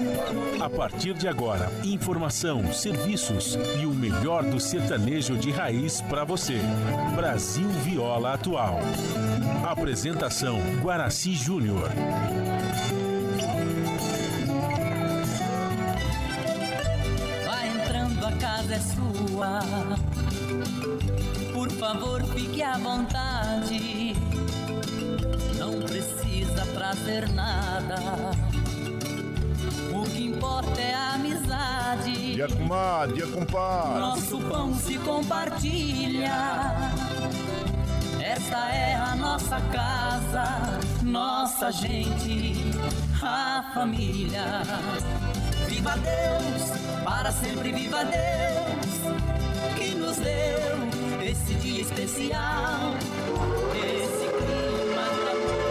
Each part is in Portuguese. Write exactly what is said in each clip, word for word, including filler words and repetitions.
A partir de agora, informação, serviços e o melhor do sertanejo de raiz para você. Brasil Viola Atual. Apresentação Guaraci Júnior. Vai entrando, a casa é sua. Por favor, fique à vontade. Não precisa trazer nada. O que importa é a amizade. Dia comadre, dia compadre. Nosso pão se compartilha. Esta é a nossa casa, nossa gente, a família. Viva Deus, para sempre viva Deus, que nos deu esse dia especial, esse clima de amor.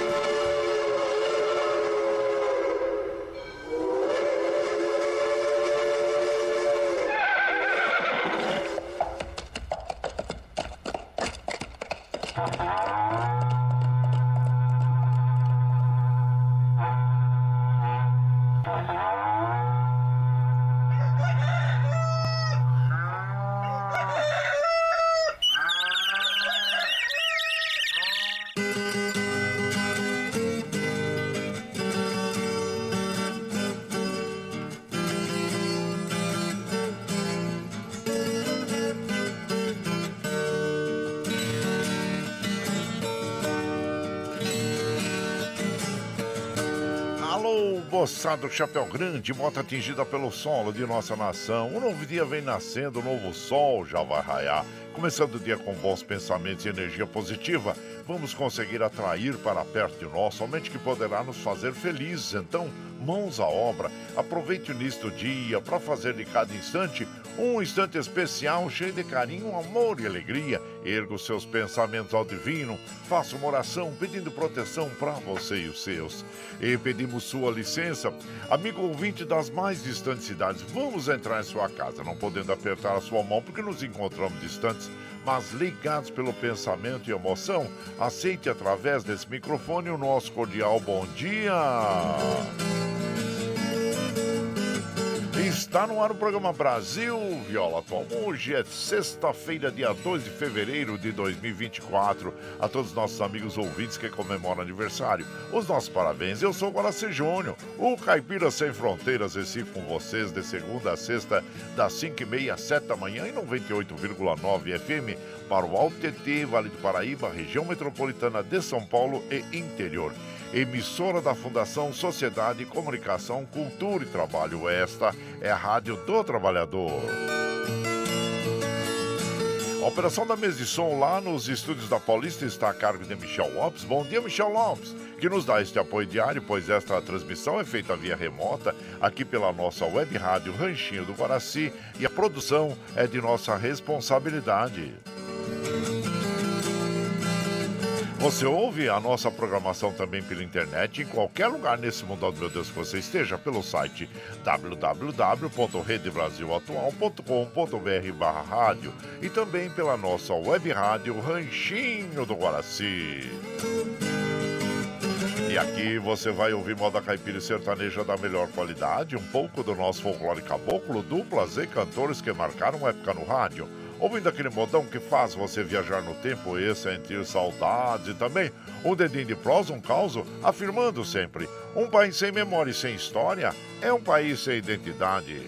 Moçada, chapéu grande, moto atingida pelo solo de nossa nação. Um novo dia vem nascendo, um novo sol já vai raiar. Começando o dia com bons pensamentos e energia positiva, vamos conseguir atrair para perto de nós somente que poderá nos fazer felizes. Então, mãos à obra, aproveite o início do dia para fazer de cada instante um instante especial, cheio de carinho, amor e alegria. Erga os seus pensamentos ao divino, faça uma oração pedindo proteção para você e os seus. E pedimos sua licença, amigo ouvinte das mais distantes cidades, vamos entrar em sua casa, não podendo apertar a sua mão porque nos encontramos distantes, mas ligados pelo pensamento e emoção. Aceite através desse microfone o nosso cordial bom dia. Está no ar o programa Brasil Viola Atual. Hoje é sexta-feira, dia dois de fevereiro de dois mil e vinte e quatro. A todos os nossos amigos ouvintes que comemoram aniversário, os nossos parabéns. Eu sou o Guaraci Júnior, o Caipira Sem Fronteiras, recibo com vocês de segunda a sexta, das cinco e meia às sete da manhã, em noventa e oito vírgula nove F M, para o Alto T T, Vale do Paraíba, região metropolitana de São Paulo e interior. Emissora da Fundação Sociedade, Comunicação, Cultura e Trabalho. Esta é a Rádio do Trabalhador. A operação da mesa de som lá nos estúdios da Paulista está a cargo de Michel Lopes. Bom dia, Michel Lopes, que nos dá este apoio diário, pois esta transmissão é feita via remota aqui pela nossa web rádio Ranchinho do Guaraci e a produção é de nossa responsabilidade. Você ouve a nossa programação também pela internet, em qualquer lugar nesse mundo, meu Deus, que você esteja, pelo site w w w ponto rede brasil atual ponto com ponto b r barra rádio e também pela nossa web rádio Ranchinho do Guaraci. E aqui você vai ouvir moda caipira e sertaneja da melhor qualidade, um pouco do nosso folclore caboclo, duplas e cantores que marcaram época no rádio. Ouvindo aquele modão que faz você viajar no tempo e sentir saudades, e também um dedinho de prosa, um causo, afirmando sempre: um país sem memória e sem história é um país sem identidade.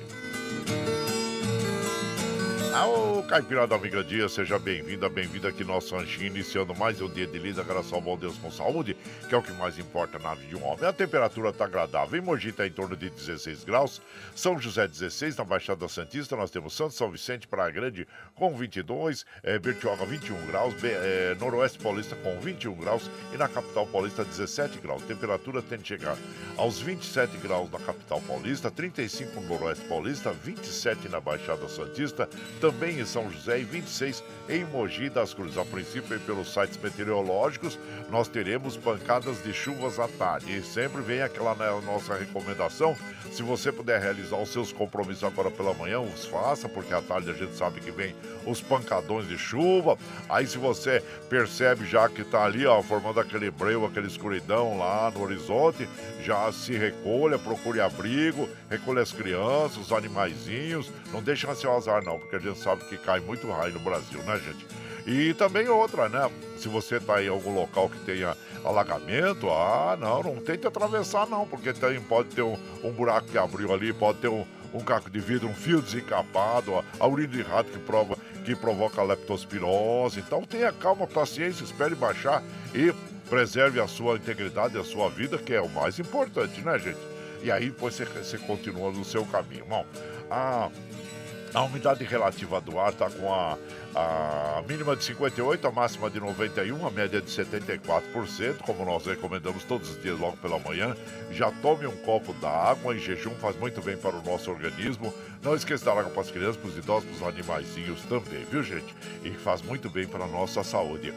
Ô, Caipira da Amiga Dia, seja bem-vinda, bem-vinda aqui no nosso ranchinho, iniciando mais um dia de lida, graças ao bom Deus com saúde, que é o que mais importa na vida de um homem. A temperatura está agradável, em Mogi está em torno de dezesseis graus, São José dezesseis, na Baixada Santista nós temos Santo São Vicente, Praia Grande com vinte e dois, é, Bertioga vinte e um graus, é, Noroeste Paulista com vinte e um graus e na Capital Paulista dezessete graus. Temperatura tende a chegar aos vinte e sete graus na Capital Paulista, trinta e cinco no Noroeste Paulista, vinte e sete na Baixada Santista, também em São José e vinte e seis em Mogi das Cruzes. A princípio, aí, pelos sites meteorológicos, nós teremos pancadas de chuvas à tarde. E sempre vem aquela, né, nossa recomendação, se você puder realizar os seus compromissos agora pela manhã, os faça, porque à tarde a gente sabe que vem os pancadões de chuva. Aí se você percebe já que tá ali, ó, formando aquele breu, aquela escuridão lá no horizonte, já se recolha, procure abrigo, recolha as crianças, os animaizinhos, não deixa seu azar não, porque a gente sabe que cai muito raio no Brasil, né, gente? E também outra, né? Se você tá em algum local que tenha alagamento, ah, não, não tente atravessar não, porque tem, pode ter um, um buraco que abriu ali, pode ter um, um caco de vidro, um fio desencapado, a, a urina de rato que, prova, que provoca leptospirose. Então tenha calma, paciência, espere baixar e preserve a sua integridade, a sua vida, que é o mais importante, né, gente? E aí depois você, você continua no seu caminho. Bom, a... A umidade relativa do ar está com a, a mínima de cinquenta e oito, a máxima de noventa e um, a média de setenta e quatro por cento, como nós recomendamos todos os dias logo pela manhã. Já tome um copo d'água em jejum, faz muito bem para o nosso organismo. Não esqueça da água para as crianças, para os idosos, para os animaizinhos também, viu, gente? E faz muito bem para a nossa saúde.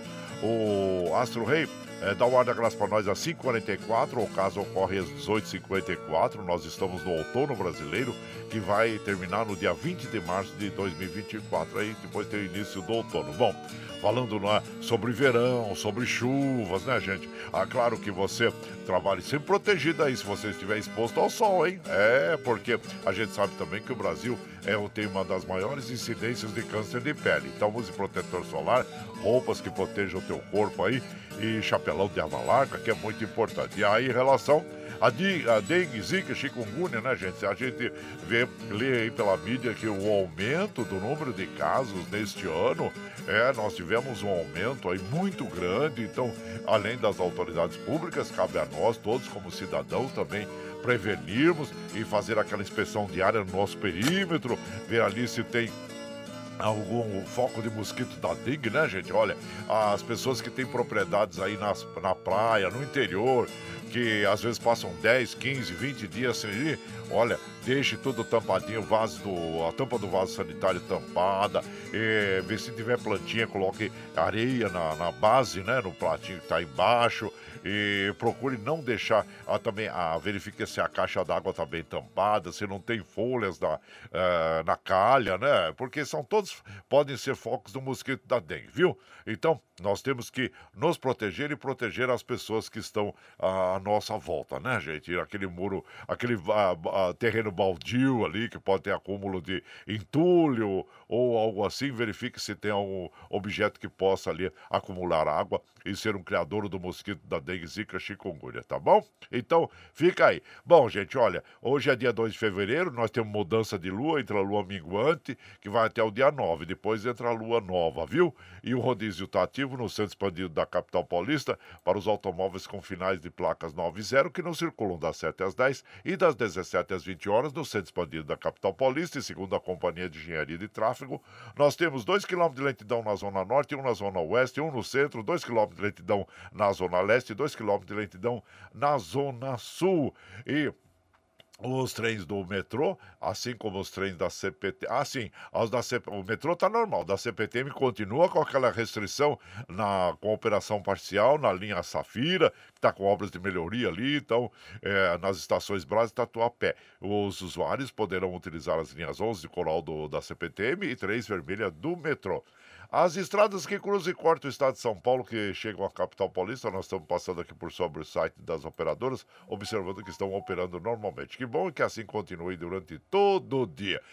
O Astro Rei é, dá o ar da graça para nós às cinco e quarenta e quatro, o caso ocorre às dezoito e cinquenta e quatro. Nós estamos no outono brasileiro, que vai terminar no dia vinte de março de dois mil e vinte e quatro. Aí depois tem o início do outono. Bom, falando né, sobre verão, sobre chuvas, né, gente? Ah, claro que você trabalhe sempre protegido aí, se você estiver exposto ao sol, hein? É, porque a gente sabe também que o Brasil é, tem uma das maiores incidências de câncer de pele. Então use protetor solar, roupas que protejam o teu corpo aí e chapelão de aba larga, que é muito importante. E aí, em relação a, di, a dengue, zika, chikungunya, né, gente? A gente vê, lê aí pela mídia que o aumento do número de casos neste ano, é, nós tivemos um aumento aí muito grande. Então, além das autoridades públicas, cabe a nós, todos como cidadãos também, prevenirmos e fazer aquela inspeção diária no nosso perímetro, ver ali se tem algum foco de mosquito da dengue, né, gente? Olha, as pessoas que têm propriedades aí nas, na praia, no interior, que às vezes passam dez, quinze, vinte dias sem ir, olha, deixe tudo tampadinho, o vaso do, a tampa do vaso sanitário tampada, e, vê se tiver plantinha, coloque areia na, na base, né, no pratinho que está embaixo, e procure não deixar, ah, também, ah, verifique se a caixa d'água está bem tampada, se não tem folhas na, uh, na calha, né, porque são todos, podem ser focos do mosquito da dengue, viu? Então, nós temos que nos proteger e proteger as pessoas que estão à nossa volta, né, gente? Aquele muro, aquele ah, ah, terreno baldio ali, que pode ter acúmulo de entulho ou algo assim, verifique se tem algum objeto que possa ali acumular água e ser um criador do mosquito da dengue, zika, chikungunya, tá bom? Então, fica aí. Bom, gente, olha, hoje é dia dois de fevereiro, nós temos mudança de lua, entre a lua minguante, que vai até o dia nove, depois entra a lua nova, viu? E o rodízio está ativo no centro expandido da capital paulista para os automóveis com finais de placas nove e zero que não circulam das sete às dez e das dezessete às vinte horas no centro expandido da capital paulista. E segundo a Companhia de Engenharia de Tráfego, nós temos dois quilômetros de lentidão na zona norte, um na zona oeste, um no centro, dois quilômetros de lentidão na zona leste e dois quilômetros de lentidão na zona sul. E os trens do metrô, assim como os trens da C P T... Ah, sim, os da C... o metrô está normal, da C P T M continua com aquela restrição na... com operação parcial na linha Safira, que está com obras de melhoria ali, então, é, nas estações Brás e Tatuapé. Os usuários poderão utilizar as linhas onze de Coral do... da C P T M e três vermelha do metrô. As estradas que cruzam e cortam o estado de São Paulo, que chegam à capital paulista, nós estamos passando aqui por sobre o site das operadoras, observando que estão operando normalmente. Que bom que assim continue durante todo o dia.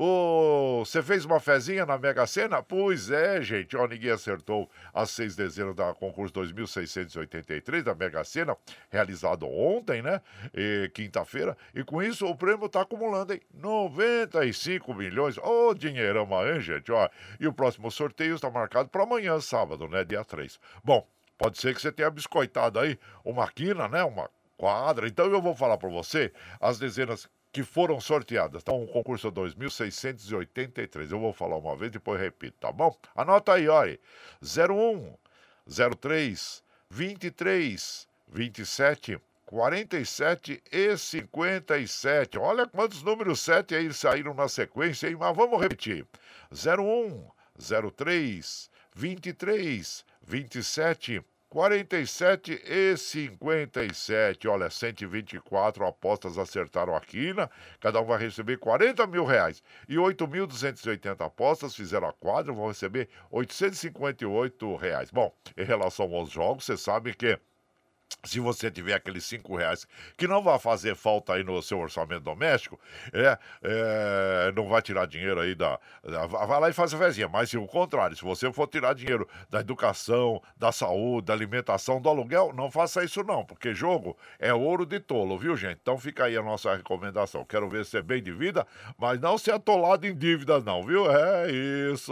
Você fez uma fezinha na Mega Sena? Pois é, gente. Ó, ninguém acertou as seis dezenas da concurso dois mil seiscentos e oitenta e três da Mega Sena, realizado ontem, né? E, quinta-feira. E com isso o prêmio está acumulando, hein? noventa e cinco milhões. Ô, dinheirão, hein, gente? Ó, e o próximo sorteio está marcado para amanhã, sábado, né? Dia três. Bom, pode ser que você tenha biscoitado aí uma quina, né? Uma quadra. Então eu vou falar para você as dezenas que foram sorteadas. Então, o concurso dois mil seiscentos e oitenta e três. Eu vou falar uma vez, depois repito, tá bom? Anota aí, olha. zero um, zero três, vinte e três, vinte e sete, quarenta e sete e cinquenta e sete. Olha quantos números sete aí saíram na sequência, hein? Mas vamos repetir. zero um, zero três, vinte e três, vinte e sete, quarenta e sete e cinquenta e sete. Olha, cento e vinte e quatro apostas acertaram aqui, né? Cada um vai receber quarenta mil reais. E oito mil duzentas e oitenta apostas fizeram a quadra, vão receber oitocentos e cinquenta e oito reais. Bom, em relação aos jogos, você sabe que se você tiver aqueles cinco reais que não vai fazer falta aí no seu orçamento doméstico, é, é, não vai tirar dinheiro aí da, da... Vai lá e faz a fezinha. Mas se o contrário, se você for tirar dinheiro da educação, da saúde, da alimentação, do aluguel, não faça isso não, porque jogo é ouro de tolo, viu, gente? Então fica aí a nossa recomendação. Quero ver você bem de vida, mas não ser atolado em dívidas não, viu? É isso!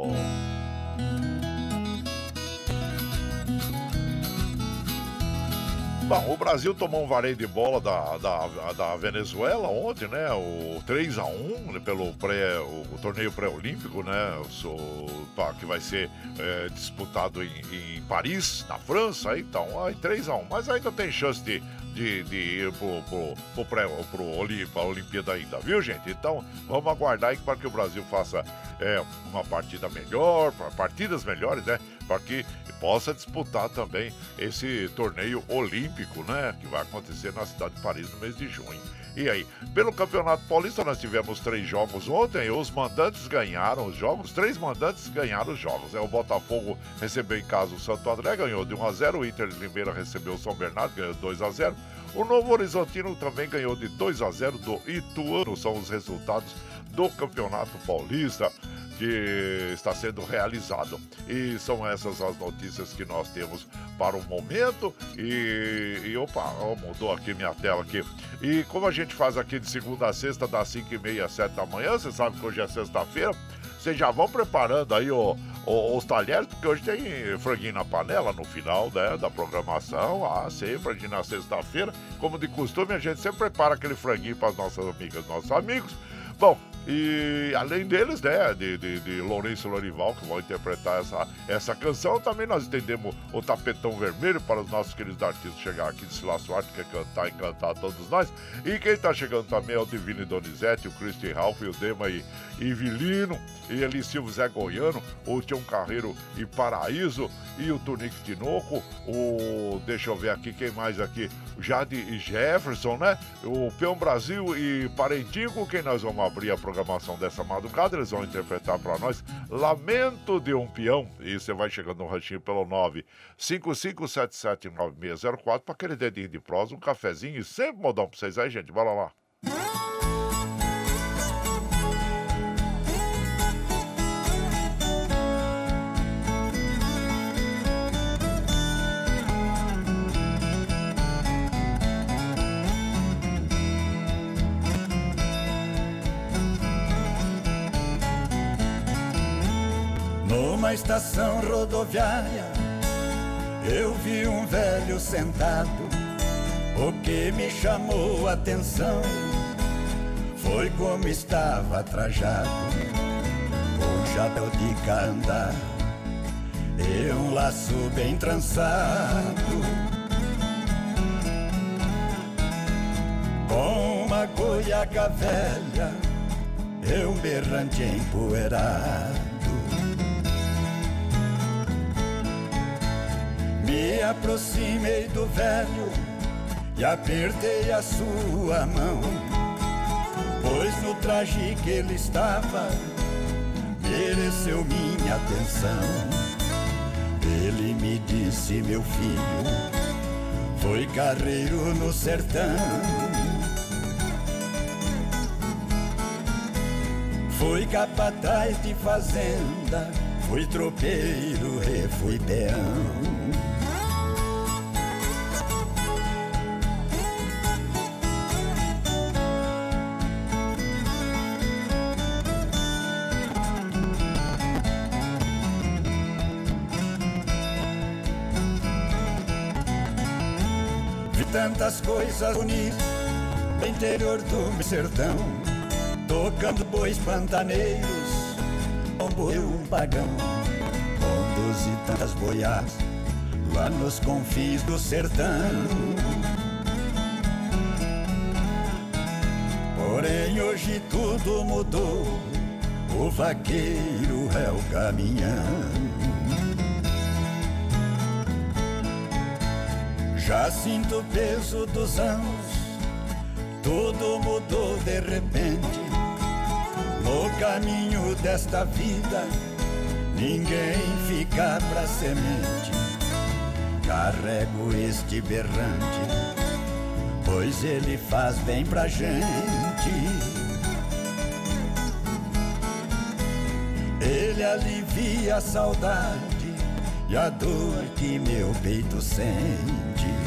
Bom, o Brasil tomou um vareio de bola da, da, da Venezuela ontem, né? O três a um pelo pré, o, o torneio pré-olímpico, né? O, tá, que vai ser é, disputado em, em Paris, na França. Então, aí três a um. Mas ainda tem chance de, de, de ir pro, pro, pro, pré, pro Olim, pra Olimpíada ainda, viu, gente? Então, vamos aguardar aí para que o Brasil faça é, uma partida melhor, partidas melhores, né? Para que possa disputar também esse torneio olímpico, né? Que vai acontecer na cidade de Paris no mês de junho. E aí, pelo Campeonato Paulista, nós tivemos três jogos ontem. Os mandantes ganharam os jogos. Três mandantes ganharam os jogos. É, o Botafogo recebeu em casa o Santo André, ganhou de um a zero. O Inter de Limeira recebeu o São Bernardo, ganhou dois a zero. O Novo Horizontino também ganhou de dois a zero do Ituano. São os resultados do Campeonato Paulista que está sendo realizado. E são essas as notícias que nós temos para o momento. E, e opa, oh, mudou aqui minha tela aqui. E como a gente faz aqui de segunda a sexta, das cinco e meia às sete da manhã, você sabe que hoje é sexta-feira, vocês já vão preparando aí o, o, os talheres, porque hoje tem franguinho na panela no final, né, da programação. Ah, sempre na sexta-feira, como de costume, a gente sempre prepara aquele franguinho para as nossas amigas, nossos amigos. Bom, e além deles, né, de, de, de Lourenço e Lorival, que vão interpretar essa, essa canção, também nós estendemos o tapetão vermelho para os nossos queridos artistas chegar aqui de Silas Soares, que quer cantar e cantar todos nós. E quem está chegando também é o Divino e Donizete, o Christian Ralph, o Dema e, e Vilino, e Eli Silva Zé Goiano, o Tião Carreiro e Paraíso, e o Tonico Tinoco, o... deixa eu ver aqui, quem mais aqui? Jade e Jefferson, né? O Peão Brasil e Parentinho, com quem nós vamos abrir a programação dessa madrugada. Eles vão interpretar para nós Lamento de um Peão. E você vai chegando no ranchinho pelo nove cinco cinco sete sete nove seis zero quatro para aquele dedinho de prosa, um cafezinho e sempre modão para vocês aí, gente. Bora lá. Numa estação rodoviária eu vi um velho sentado. O que me chamou a atenção foi como estava trajado, com chapéu de candar e um laço bem trançado, com uma goiaca velha e um berrante empoeirado. Me aproximei do velho e apertei a sua mão, pois no traje que ele estava mereceu minha atenção. Ele me disse: meu filho, foi carreiro no sertão, fui capataz de fazenda, fui tropeiro e fui peão. Tantas coisas bonitas no interior do meu sertão, tocando bois pantaneiros, como eu um pagão, conduzi tantas boiadas lá nos confins do sertão. Porém hoje tudo mudou, o vaqueiro é o caminhão. Já sinto o peso dos anos, tudo mudou de repente. No caminho desta vida, ninguém fica pra semente. Carrego este berrante, pois ele faz bem pra gente. Ele alivia a saudade e a dor que meu peito sente.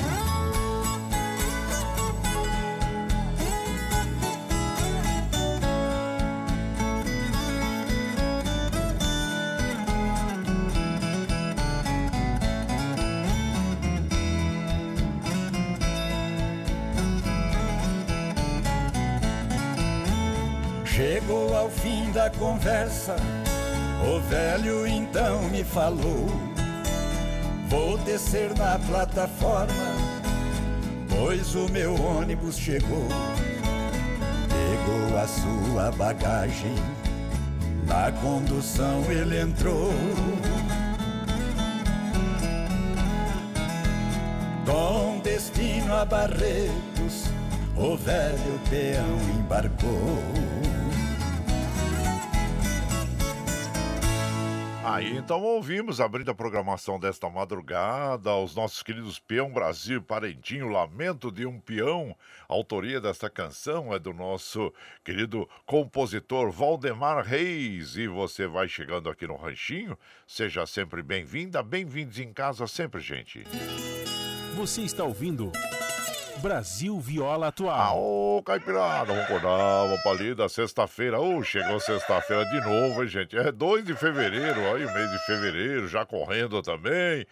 Chegou ao fim da conversa, o velho então me falou: vou descer na plataforma, pois o meu ônibus chegou. Pegou a sua bagagem, na condução ele entrou. Com destino a Barretos, o velho peão embarcou. Aí então ouvimos, abrindo a programação desta madrugada, os nossos queridos Peão Brasil, Parentinho, Lamento de um Peão. A autoria desta canção é do nosso querido compositor Valdemar Reis. E você vai chegando aqui no Ranchinho, seja sempre bem-vinda, bem-vindos em casa sempre, gente. Você está ouvindo Brasil Viola Atual. Ah, ô, Caipirada, vamos acordar, vamos pra ali da sexta-feira. Ô, chegou sexta-feira de novo, hein, gente? É dois de fevereiro, aí o mês de fevereiro, já correndo também.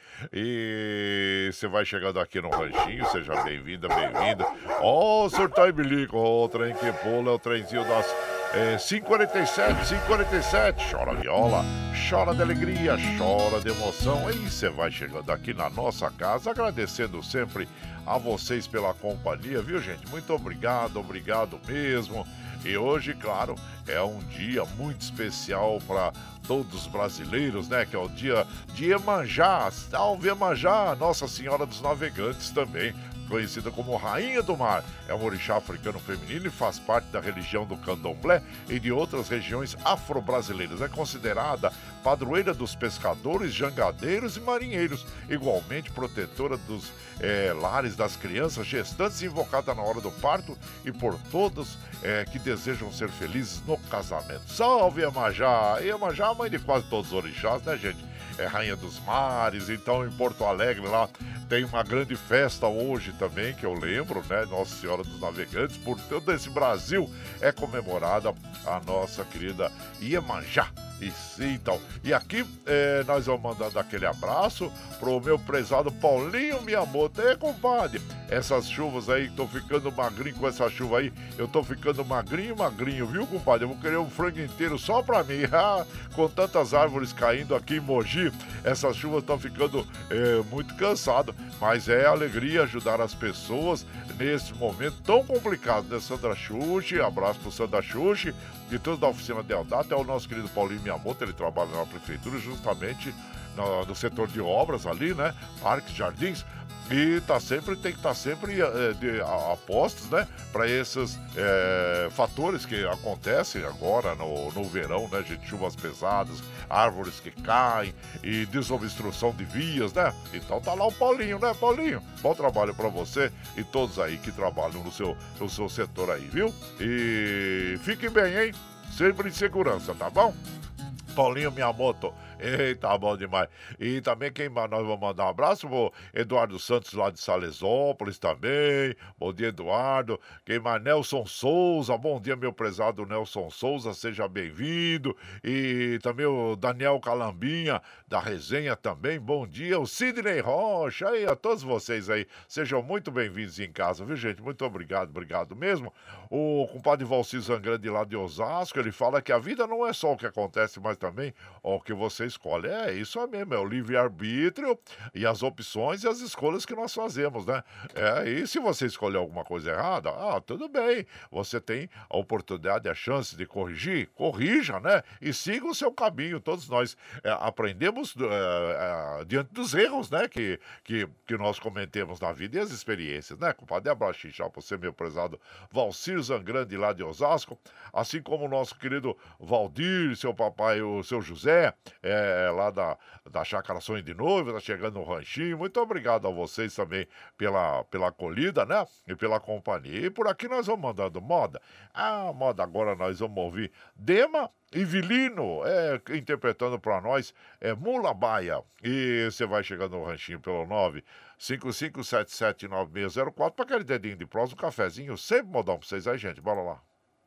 E você vai chegando aqui no Ranchinho, seja bem-vinda, bem-vinda. Ó, oh, surtar e bilico, o trem que pula, é o trenzinho das é, cinco e quarenta e sete, cinco e quarenta e sete. Chora viola, chora de alegria, chora de emoção. E você vai chegando aqui na nossa casa, agradecendo sempre a vocês pela companhia, viu, gente? Muito obrigado, obrigado mesmo. E hoje, claro, é um dia muito especial para todos os brasileiros, né? Que é o dia de Iemanjá, salve Iemanjá, Nossa Senhora dos Navegantes também, conhecida como Rainha do Mar. É um orixá africano feminino e faz parte da religião do candomblé e de outras regiões afro-brasileiras. É considerada padroeira dos pescadores, jangadeiros e marinheiros, igualmente protetora dos é, lares das crianças gestantes, invocada na hora do parto e por todos é, que desejam ser felizes no casamento. Salve Iemanjá! Iemanjá é a mãe de quase todos os orixás, né, gente? É Rainha dos Mares. Então em Porto Alegre lá tem uma grande festa hoje também, que eu lembro, né? Nossa Senhora dos Navegantes. Por todo esse Brasil é comemorada a nossa querida Iemanjá. E sim, então. E aqui é, nós vamos mandando aquele abraço pro meu prezado Paulinho Miyamoto. E compadre, essas chuvas aí, tô ficando magrinho com essa chuva aí. Eu tô ficando magrinho, magrinho, viu, compadre? Eu vou querer um frango inteiro só pra mim. Com tantas árvores caindo aqui em Mogi, essas chuvas estão ficando é, muito cansado. Mas é alegria ajudar as pessoas nesse momento tão complicado, né? Sandra Xuxi, abraço pro Sandra Xuxi, de todos da oficina de Eldata, é o nosso querido Paulinho Miyamoto, ele trabalha na prefeitura justamente no, no setor de obras ali, né? Parques, jardins. E tá sempre, tem que estar tá sempre é, de, a, a postos, né? Para esses é, fatores que acontecem agora no, no verão, né, gente? Chuvas pesadas, árvores que caem e desobstrução de vias, né? Então tá lá o Paulinho, né, Paulinho? Bom trabalho para você e todos aí que trabalham no seu, no seu setor aí, viu? E fiquem bem, hein? Sempre em segurança, tá bom? Paulinho Miyamoto. Eita, bom demais. E também quem nós vamos mandar um abraço pro Eduardo Santos lá de Salesópolis também. Bom dia, Eduardo. Quem mais? Nelson Souza. Bom dia, meu prezado Nelson Souza. Seja bem-vindo. E também o Daniel Calambinha da resenha também. Bom dia. O Sidney Rocha. Aí, a todos vocês aí. Sejam muito bem-vindos em casa, viu, gente? Muito obrigado, obrigado mesmo. O compadre Valci Zangrande lá de Osasco, ele fala que a vida não é só o que acontece, mas também ó, o que você você escolhe. É isso mesmo, é o livre-arbítrio e as opções e as escolhas que nós fazemos, né? É, e se você escolher alguma coisa errada, ah, tudo bem, você tem a oportunidade, a chance de corrigir, corrija, né? E siga o seu caminho. Todos nós é, aprendemos é, é, diante dos erros, né? Que, que, que nós cometemos na vida e as experiências, né, compadre? Abraço, tchau, pra você, meu prezado Valcir Zangrande, lá de Osasco, assim como o nosso querido Valdir, seu papai, o seu José, é, lá da, da Chácara Sonho de Noiva, tá chegando no ranchinho. Muito obrigado a vocês também pela, pela acolhida, né? E pela companhia. E por aqui nós vamos mandando moda. Ah, moda, agora nós vamos ouvir Dema e Vilino, é, interpretando para nós, é Mula Baia. E você vai chegando no ranchinho pelo nove cinco cinco sete sete nove seis zero quatro para aquele dedinho de prosa, um cafezinho, sempre modão para vocês aí, gente. Bora lá.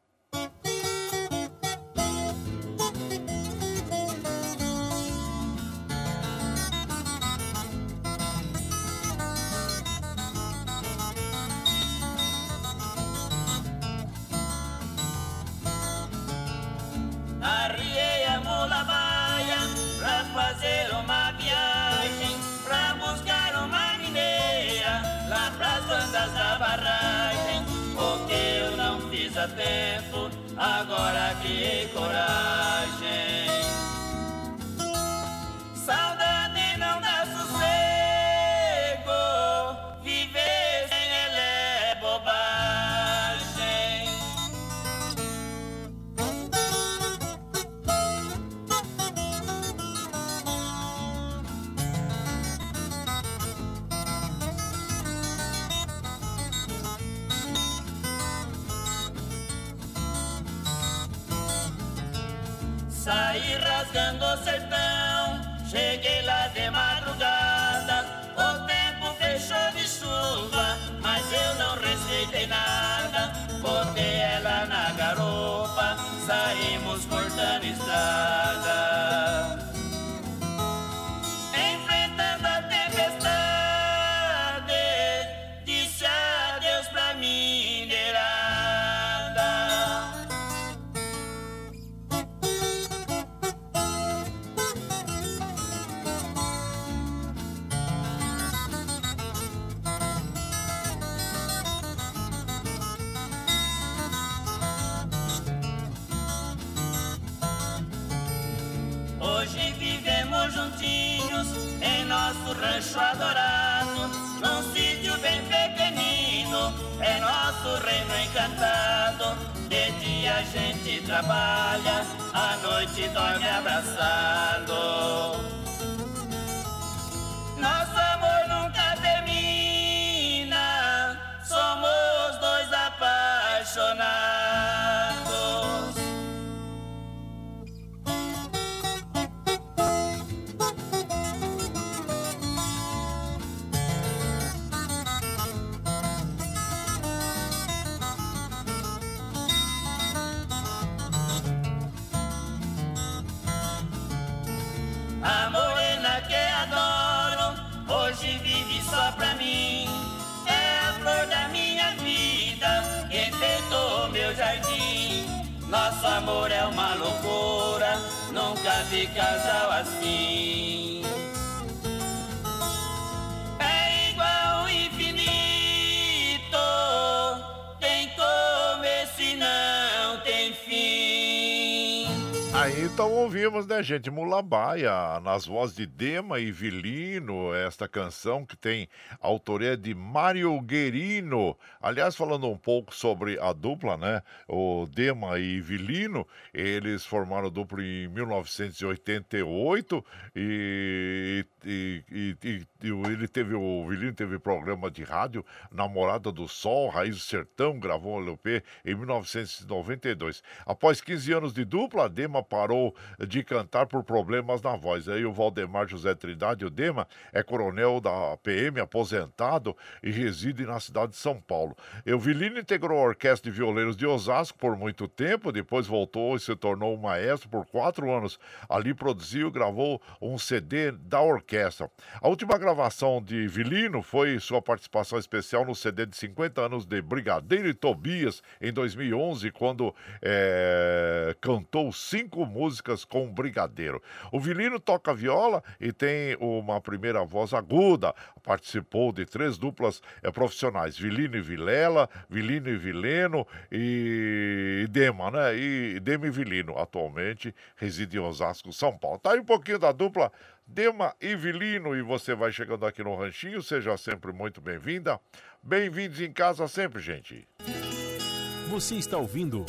Arriei a mula baia pra fazer uma viagem, pra buscar uma mineira lá pras bandas da barragem. Porque eu não fiz a tempo, agora criei coragem. Saudade não dá sossego, viver sem ela é bobagem. Saí rasgando o sertão, cheguei lá de madrugada. O tempo fechou de chuva, mas eu não respeitei nada. Botei ela na garupa, saímos cortando estrada. Enfrentando a tempestade, disse adeus pra mineirada. Hoje vivemos juntinhos em nosso rancho adorado, num sítio bem pequenino, é nosso reino encantado. De dia a gente trabalha, à noite dorme abraçado. Nosso amor nunca termina, somos dois apaixonados. A morena que adoro, hoje vive só pra mim. É a flor da minha vida, que enfeitou meu jardim. Nosso amor é uma loucura, nunca vi casal assim. É igual ao infinito, tem começo e não tem fim. Aí então ouvimos, né, gente, Mula Baia, nas vozes de Dema e Vilino, esta canção que tem a autoria de Mário Guerino. Aliás, falando um pouco sobre a dupla, né, o Dema e Vilino, eles formaram a dupla em mil novecentos e oitenta e oito e, e, e, e, e ele teve, o Vilino teve programa de rádio Namorada do Sol, Raiz do Sertão, gravou um L P em mil novecentos e noventa e dois. Após quinze anos de dupla, a Dema parou de cantar por problemas na voz. Aí o Valdemar José Trindade, o Dema, é coronel da P M, aposentado e reside na cidade de São Paulo. O Vilino integrou a Orquestra de Violeiros de Osasco por muito tempo, depois voltou e se tornou um maestro por quatro anos. Ali produziu e gravou um C D da orquestra. A última gravação de Vilino foi sua participação especial no C D de cinquenta anos de Brigadeiro e Tobias, em dois mil e onze, quando é, cantou cinco músicas músicas com brigadeiro. O Vilino toca viola e tem uma primeira voz aguda. Participou de três duplas é, profissionais, Vilino e Vilela, Vilino e Vileno e, e Dema, né? E Dema e Vilino. Atualmente reside em Osasco, São Paulo. Tá aí um pouquinho da dupla Dema e Vilino, e você vai chegando aqui no Ranchinho, seja sempre muito bem-vinda. Bem-vindos em casa sempre, gente. Você está ouvindo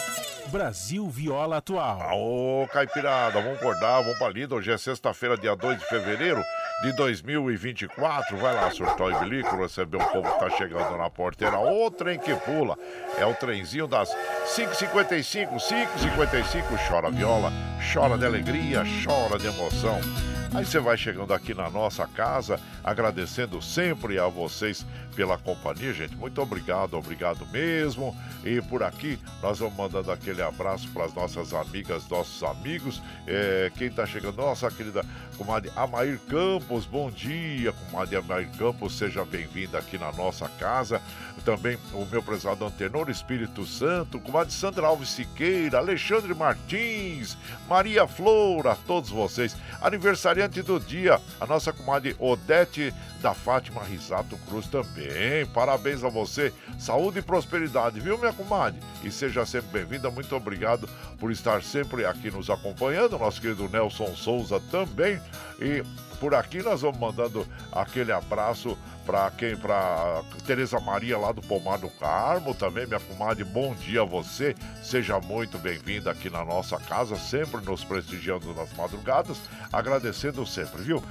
Brasil Viola Atual. Ô, Caipirada, vamos acordar, vamos pra lida. Hoje é sexta-feira, dia dois de fevereiro de dois mil e vinte e quatro. Vai lá, surtou e bilico, receber o povo que tá chegando na porteira. O trem que pula. É o trenzinho das cinco e cinquenta e cinco, cinco e cinquenta e cinco. Chora viola, chora de alegria, chora de emoção. Aí você vai chegando aqui na nossa casa, agradecendo sempre a vocês pela companhia, gente. Muito obrigado, obrigado mesmo. E por aqui nós vamos mandando aquele abraço para as nossas amigas, nossos amigos. É, quem está chegando, nossa querida comadre Amair Campos, bom dia, comadre Amair Campos, seja bem-vinda aqui na nossa casa. Também o meu prezado Antenor Espírito Santo, comadre Sandra Alves Siqueira, Alexandre Martins, Maria Flor, a todos vocês. Aniversariante do dia, a nossa comadre Odete da Fátima Risato Cruz também. Parabéns a você, saúde e prosperidade, viu, minha comadre? E seja sempre bem-vinda, muito obrigado por estar sempre aqui nos acompanhando, nosso querido Nelson Souza também. E por aqui nós vamos mandando aquele abraço para quem? Para Tereza Maria lá do Pomar do Carmo também, minha comadre, bom dia a você, seja muito bem-vinda aqui na nossa casa, sempre nos prestigiando nas madrugadas, agradecendo sempre, viu?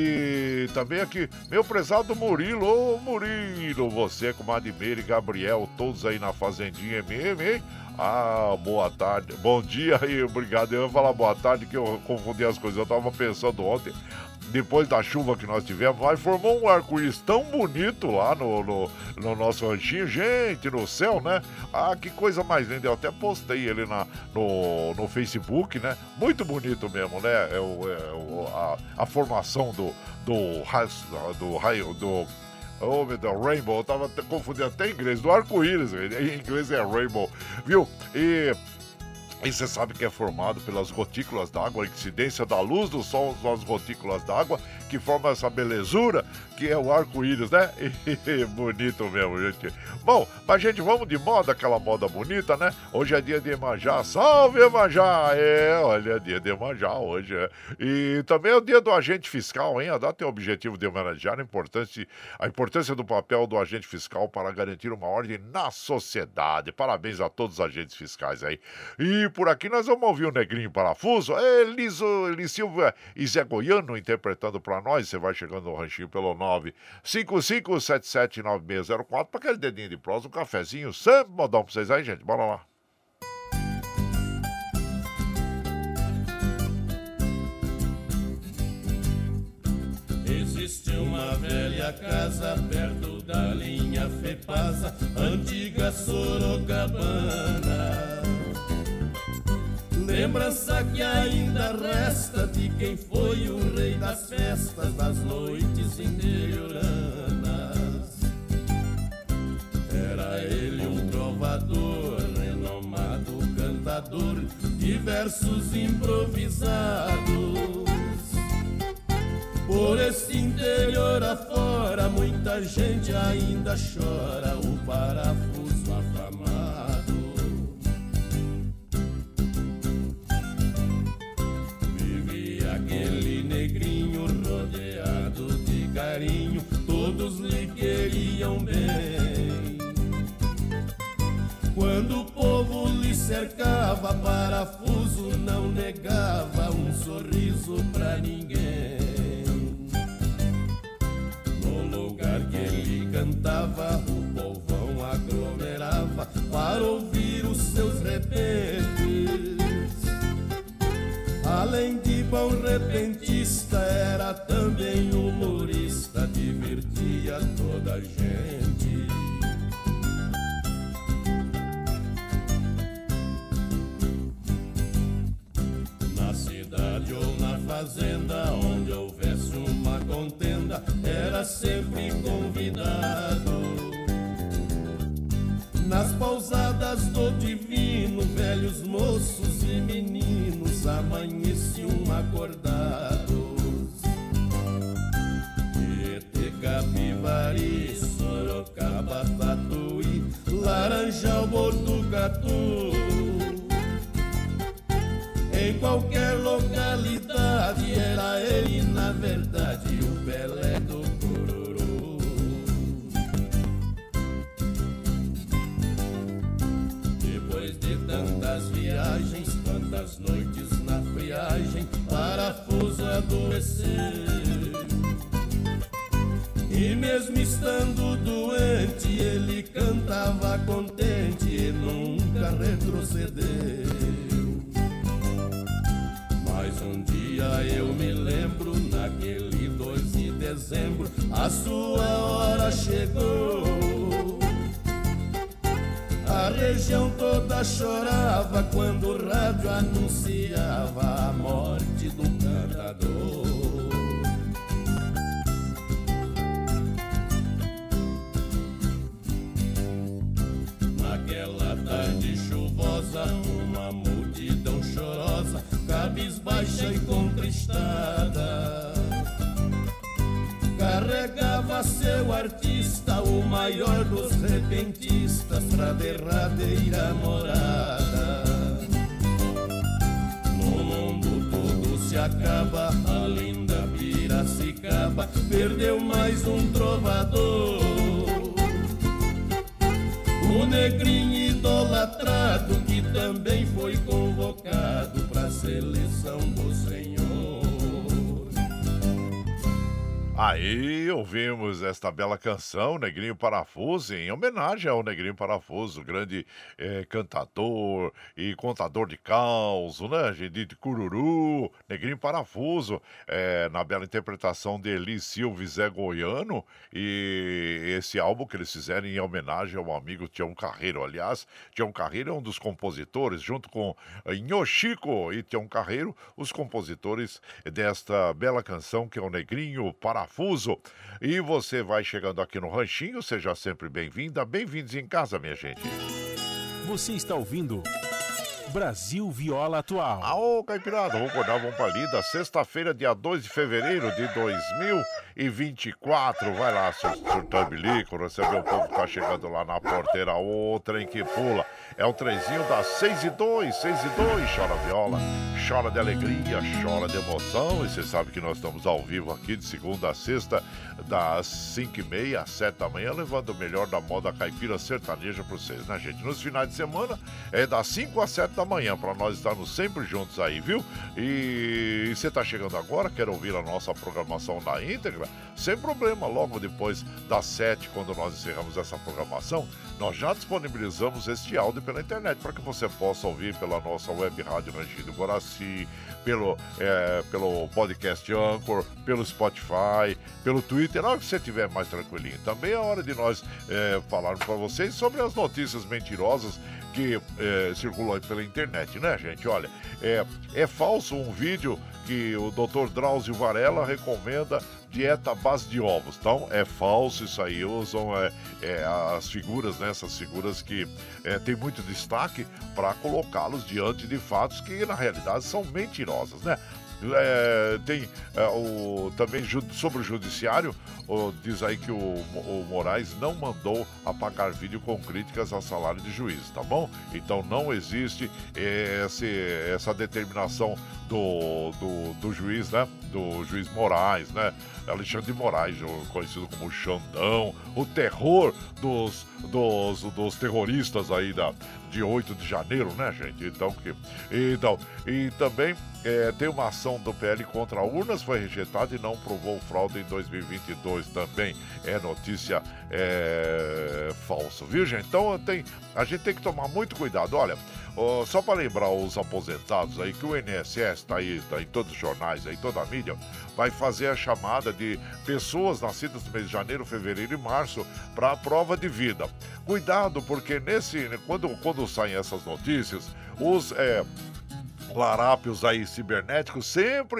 E também aqui, meu prezado Murilo, ô Murilo, você, comadre Meire, Gabriel, todos aí na Fazendinha M M, hein? Ah, boa tarde, bom dia e obrigado. Eu ia falar boa tarde que eu confundi as coisas, eu tava pensando ontem, depois da chuva que nós tivemos, mas formou um arco-íris tão bonito lá no, no, no nosso ranchinho, gente, no céu, né? Ah, que coisa mais linda, eu até postei ele na, no, no Facebook, né? Muito bonito mesmo, né? É o, é o, a, a formação do, do, do raio, do... Oh, meu Deus, Rainbow, eu tava até confundindo até em inglês, do arco-íris, em inglês é Rainbow, viu? E... E você sabe que é formado pelas gotículas d'água, a incidência da luz do sol nas gotículas d'água, que forma essa belezura, que é o arco-íris, né? E, bonito mesmo, gente. Bom, mas gente, vamos de moda, aquela moda bonita, né? Hoje é dia de Iemanjá, salve Iemanjá! É, olha, é dia de Iemanjá hoje, é. E também é o dia do agente fiscal, hein? A data tem o objetivo de homenagear a importância, a importância do papel do agente fiscal para garantir uma ordem na sociedade. Parabéns a todos os agentes fiscais aí. E por aqui nós vamos ouvir o Negrinho Parafuso, Eliso, Eli Silva e Zé Goiano interpretando pra nós. Você vai chegando no ranchinho pelo nove cinco cinco sete sete nove seis zero quatro para aquele dedinho de prosa, um cafezinho, sempre modão pra vocês aí, gente. Bora lá. Existe uma velha casa perto da linha Fepasa, antiga Sorocabana. Lembrança que ainda resta de quem foi o rei das festas das noites interioranas. Era ele um trovador, renomado cantador de versos improvisados. Por esse interior afora, muita gente ainda chora o parafuso afamado. Aquele negrinho rodeado de carinho, todos lhe queriam bem. Quando o povo lhe cercava, parafuso não negava um sorriso pra ninguém. No lugar que ele cantava, o povão aglomerava para ouvir os seus repetes. Além de bom repentista, era também humorista, divertia toda a gente. Na cidade ou na fazenda, onde houvesse uma contenda, era sempre convidado. Nas pousadas do divino, velhos, moços e meninos amanheciam acordados. Tietê, Capivari, Sorocaba, Tatuí, Laranjal, Botucatu. Em qualquer localidade era ele, na verdade, o Pelé do Cururu. Depois de tantas viagens, tantas noites na friagem, parafuso adoeceu. E mesmo estando doente, ele cantava contente e nunca retrocedeu. Mas um dia eu me lembro, naquele dois de dezembro, a sua hora chegou. A região toda chorava quando o rádio anunciava a morte do cantador. Naquela tarde chuvosa, uma multidão chorosa, cabisbaixa e contristada, carregava seu artista, o maior dos repentistas, pra derradeira morada. No mundo tudo se acaba, a linda Piracicaba perdeu mais um trovador. O negrinho idolatrado que também foi convocado pra seleção do Senhor. Aí ouvimos esta bela canção, Negrinho Parafuso, em homenagem ao Negrinho Parafuso, grande eh, cantador e contador de caos, né, de, de cururu, Negrinho Parafuso, eh, na bela interpretação de Eli Silva e Zé Goiano, e esse álbum que eles fizeram em homenagem ao amigo Tião Carreiro. Aliás, Tião Carreiro é um dos compositores, junto com Nhochico e Tião Carreiro, os compositores desta bela canção que é o Negrinho Parafuso. E você vai chegando aqui no Ranchinho, seja sempre bem-vinda, bem-vindos em casa, minha gente. Você está ouvindo Brasil Viola Atual. Aô, Caipirada, vamos acordar, vamos pra lida. Sexta-feira, dia dois de fevereiro de dois mil e vinte e quatro. Vai lá, seu surtambilico, receber o povo que tá chegando lá na porteira. O trem que pula. É o trenzinho das seis e dois, seis e dois. Chora viola, chora de alegria, chora de emoção. E você sabe que nós estamos ao vivo aqui de segunda a sexta, das cinco e meia às sete da manhã, levando o melhor da moda caipira sertaneja pra vocês, né, gente? Nos finais de semana é das cinco às sete da manhã, para nós estarmos sempre juntos aí, viu? E você tá chegando agora, quer ouvir a nossa programação na íntegra? Sem problema, logo depois das sete, quando nós encerramos essa programação, nós já disponibilizamos este áudio pela internet para que você possa ouvir pela nossa web rádio Ranchinho do Guaraci, pelo, é, pelo podcast Anchor, pelo Spotify, pelo Twitter, na hora que você estiver mais tranquilinho. Também é hora de nós é, falarmos para vocês sobre as notícias mentirosas que é, circulam aí pela internet, né, gente? Olha, é, é falso um vídeo que o doutor Drauzio Varela recomenda dieta à base de ovos. Então, é falso isso aí. Usam é, é, as figuras, né? Essas figuras que é, tem muito destaque para colocá-los diante de fatos que, na realidade, são mentirosas, né? É, tem é, o, também sobre o judiciário, o, diz aí que o, o Moraes não mandou apagar vídeo com críticas ao salário de juiz, tá bom? Então não existe esse, essa determinação do, do, do juiz, né? Do juiz Moraes, né? Alexandre de Moraes, conhecido como Xandão, o terror dos, dos, dos terroristas aí da, de oito de janeiro, né, gente? Então, que, então e também é, tem uma ação do P L contra urnas, foi rejeitada e não provou fraude em dois mil e vinte e dois também. É notícia é, falsa, viu, gente? Então tem, a gente tem que tomar muito cuidado. Olha, ó, só para lembrar os aposentados aí que o I N S S está aí, tá em todos os jornais, aí, toda a mídia, vai fazer a chamada de pessoas nascidas no mês de janeiro, fevereiro e março para a prova de vida. Cuidado, porque nesse, quando, quando saem essas notícias, os é, larápios aí cibernéticos sempre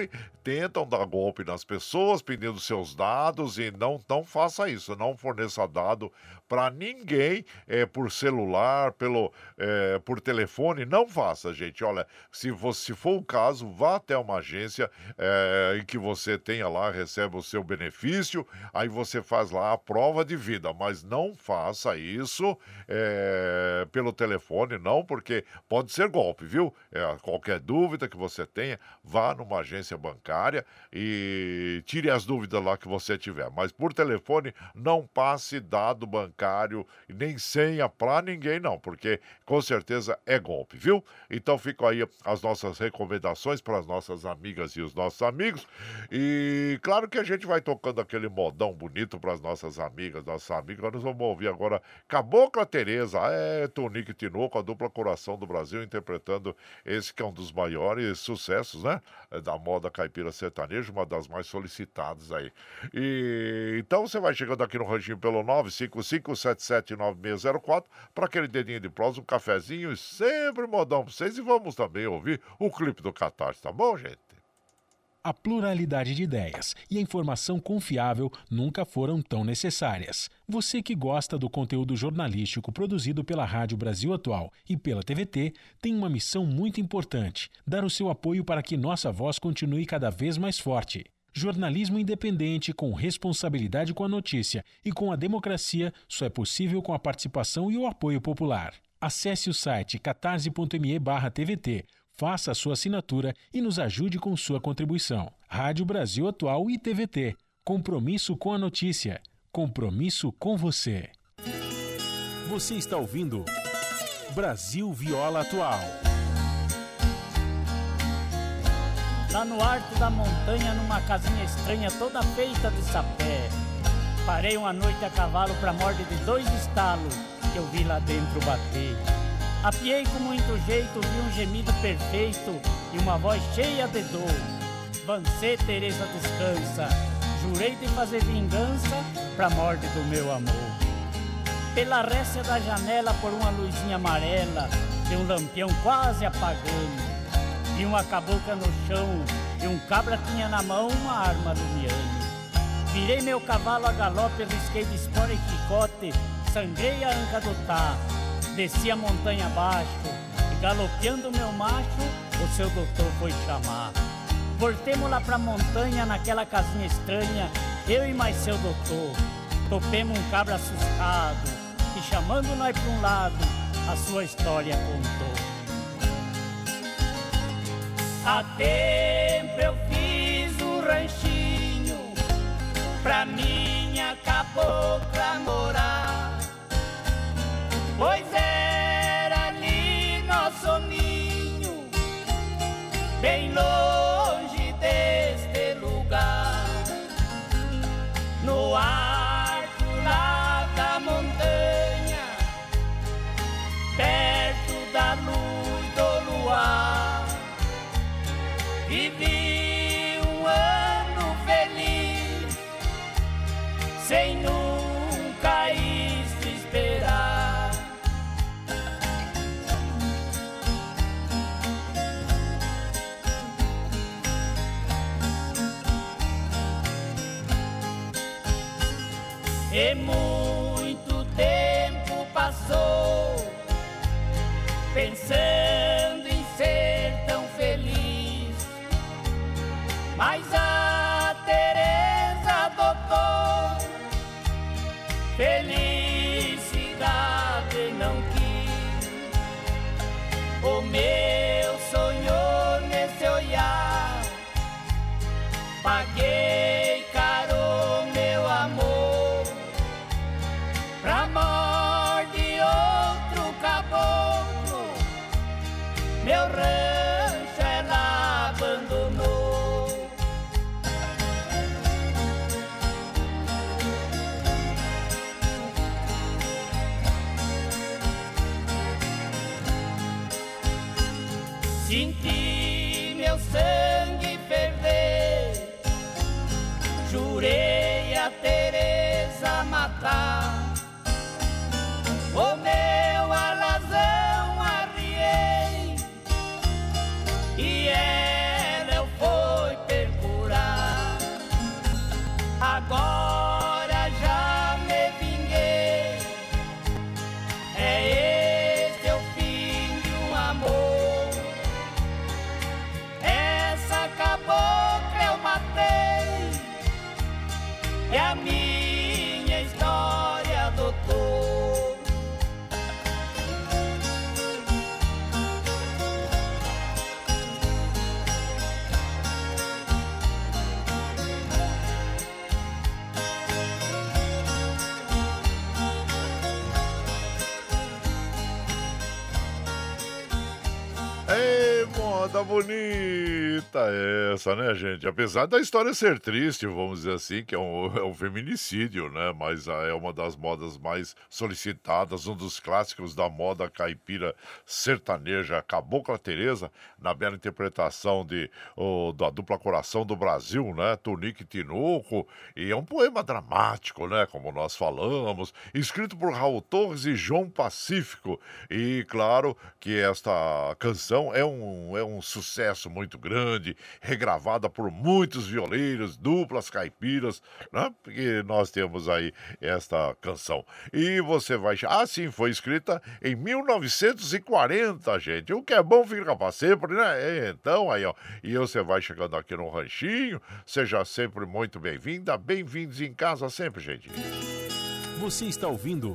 tentam dar golpe nas pessoas, pedindo seus dados, e não, não faça isso, não forneça dado para ninguém, é, por celular, pelo, é, por telefone, não faça, gente. Olha, se, você, se for o caso, vá até uma agência é, em que você tenha lá, recebe o seu benefício, aí você faz lá a prova de vida, mas não faça isso é, pelo telefone, não, porque pode ser golpe, viu? É, qualquer dúvida que você tenha, vá numa agência bancária e tire as dúvidas lá que você tiver, mas por telefone não passe dado bancário nem senha para ninguém, não, porque com certeza é golpe, viu? Então ficam aí as nossas recomendações para as nossas amigas e os nossos amigos, e claro que a gente vai tocando aquele modão bonito para as nossas amigas, nossos amigos. Nós vamos ouvir agora Cabocla Tereza, é Tonico e Tinoco, a dupla Coração do Brasil, interpretando esse que é um dos maiores sucessos, né, da moda caipira sertaneja, uma das mais solicitadas aí. E então você vai chegando aqui no ranchinho pelo nove cinco cinco, sete sete nove seis zero quatro para aquele dedinho de prosa, um cafezinho e sempre modão pra vocês, e vamos também ouvir o clipe do Catarse, tá bom, gente? A pluralidade de ideias e a informação confiável nunca foram tão necessárias. Você que gosta do conteúdo jornalístico produzido pela Rádio Brasil Atual e pela T V T tem uma missão muito importante: dar o seu apoio para que nossa voz continue cada vez mais forte. Jornalismo independente, com responsabilidade com a notícia e com a democracia, só é possível com a participação e o apoio popular. Acesse o site catarse.me barra TVT. Faça a sua assinatura e nos ajude com sua contribuição. Rádio Brasil Atual e T V T. Compromisso com a notícia. Compromisso com você. Você está ouvindo Brasil Viola Atual. Lá no alto da montanha, numa casinha estranha, toda feita de sapé, parei uma noite a cavalo pra morte de dois estalos que eu vi lá dentro bater. Apiei com muito jeito, vi um gemido perfeito e uma voz cheia de dor. Vancê, Teresa, descansa, jurei de fazer vingança pra morte do meu amor. Pela récia da janela, por uma luzinha amarela, de um lampião quase apagando, vi uma cabocla no chão e um cabra tinha na mão uma arma lumiando. Virei meu cavalo a galope, risquei de espora e chicote, sangrei a anca do tá. Desci a montanha abaixo e galopeando meu macho, o seu doutor foi chamar. Voltemos lá pra montanha, naquela casinha estranha, eu e mais seu doutor. Topemos um cabra assustado e chamando nós pra um lado, a sua história contou. Há tempo eu fiz um ranchinho pra minha cabocla morar, pois era ali nosso ninho, bem longe deste lugar, no alto lá da montanha, perto da luz do luar, vivi um ano feliz, sem nunca isso esperar. E muito tempo passou, pensando em ser tão feliz, mas a Teresa adotou, felicidade não quis. O meu sonho nesse olhar, paguei caro meu amor, pra morte de outro caboclo, meu rancho ela abandonou. Senti meu sangue ferver, jurei a Teresa matar. O meu alazão arriei e ela eu fui percurar. Ei, moda bonita essa, né, gente? Apesar da história ser triste, vamos dizer assim, que é um, é um feminicídio, né? Mas ah, é uma das modas mais solicitadas, um dos clássicos da moda caipira sertaneja, Cabocla Teresa, na bela interpretação de, o, da dupla Coração do Brasil, né? Tunique e Tinoco, e é um poema dramático, né? Como nós falamos, escrito por Raul Torres e João Pacífico. E claro que esta canção é um, é um sucesso muito grande, regravada por muitos violeiros, duplas caipiras, né? Porque nós temos aí esta canção. E você vai... Ah, sim, foi escrita em mil novecentos e quarenta, gente. O que é bom fica para sempre, né? Então, aí, ó. E você vai chegando aqui no Ranchinho. Seja sempre muito bem-vinda. Bem-vindos em casa sempre, gente. Você está ouvindo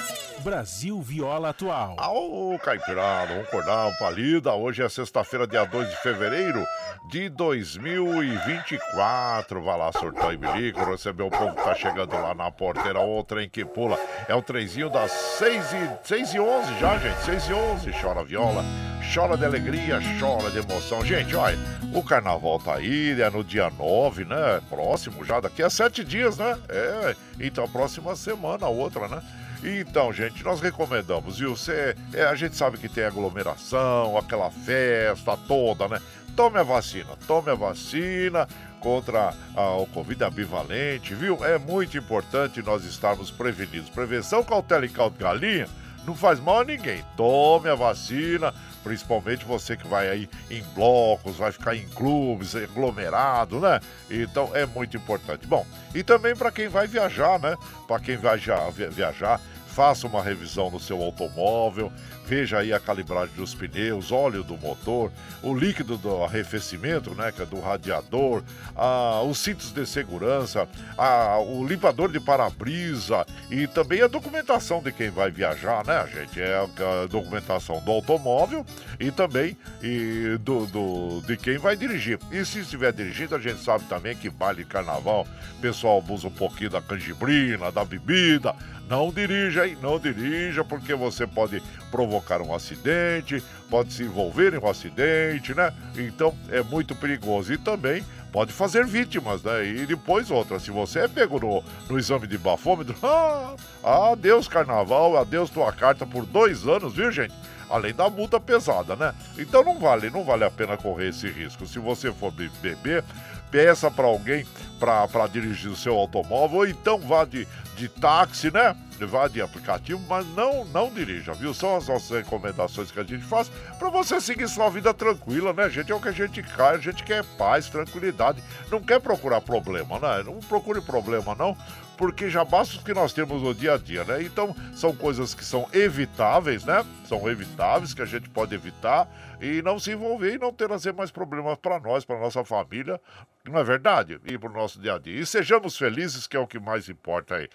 Brasil Viola Atual. Ô, Caipirada, vamos acordar, palida. Hoje é sexta-feira, dia dois de fevereiro de dois mil e vinte e quatro. Vai lá, surtar e bilico, receber o povo que tá chegando lá na porteira. O trem que pula. É o trenzinho das seis e onze já, gente. seis e onze. Chora viola, chora de alegria, chora de emoção. Gente, olha, o carnaval tá aí, é no dia nove, né? Próximo já, daqui a sete dias, né? É, então próxima semana, outra, né? Então, gente, nós recomendamos, viu? Você, é, a gente sabe que tem aglomeração, aquela festa toda, né? Tome a vacina, tome a vacina contra a, o Covid ambivalente, viu? É muito importante nós estarmos prevenidos. Prevenção, cautela e caldo de galinha não faz mal a ninguém. Tome a vacina, principalmente você que vai aí em blocos, vai ficar em clubes, aglomerado, né? Então é muito importante. Bom, e também para quem vai viajar, né? Para quem vai viajar, faça uma revisão no seu automóvel, veja aí a calibragem dos pneus, óleo do motor, o líquido do arrefecimento, né, que é do radiador, ah, os cintos de segurança, ah, o limpador de para-brisa e também a documentação de quem vai viajar, né, gente? É a documentação do automóvel e também e do, do, de quem vai dirigir. E se estiver dirigindo, a gente sabe também que baile de carnaval, o pessoal abusa um pouquinho da canjibrina, da bebida. Não dirija, hein? Não dirija, porque você pode provocar um acidente, pode se envolver em um acidente, né? Então é muito perigoso. E também pode fazer vítimas, né? E depois outra. Se você é pego no, no exame de bafômetro, ah, adeus carnaval, adeus tua carta por dois anos, viu, gente? Além da multa pesada, né? Então não vale, não vale a pena correr esse risco. Se você for beber, peça para alguém para dirigir o seu automóvel, ou então vá de, de táxi, né? Vá de aplicativo, mas não, não dirija, viu? São as nossas recomendações que a gente faz para você seguir sua vida tranquila, né, gente? É o que a gente quer, a gente quer paz, tranquilidade, não quer procurar problema, né? Não procure problema, não, porque já basta o que nós temos no dia a dia, né? Então, são coisas que são evitáveis, né? São evitáveis, que a gente pode evitar e não se envolver e não trazer mais problemas para nós, para nossa família, não é verdade? E para o nosso dia a dia. E sejamos felizes, que é o que mais importa aí.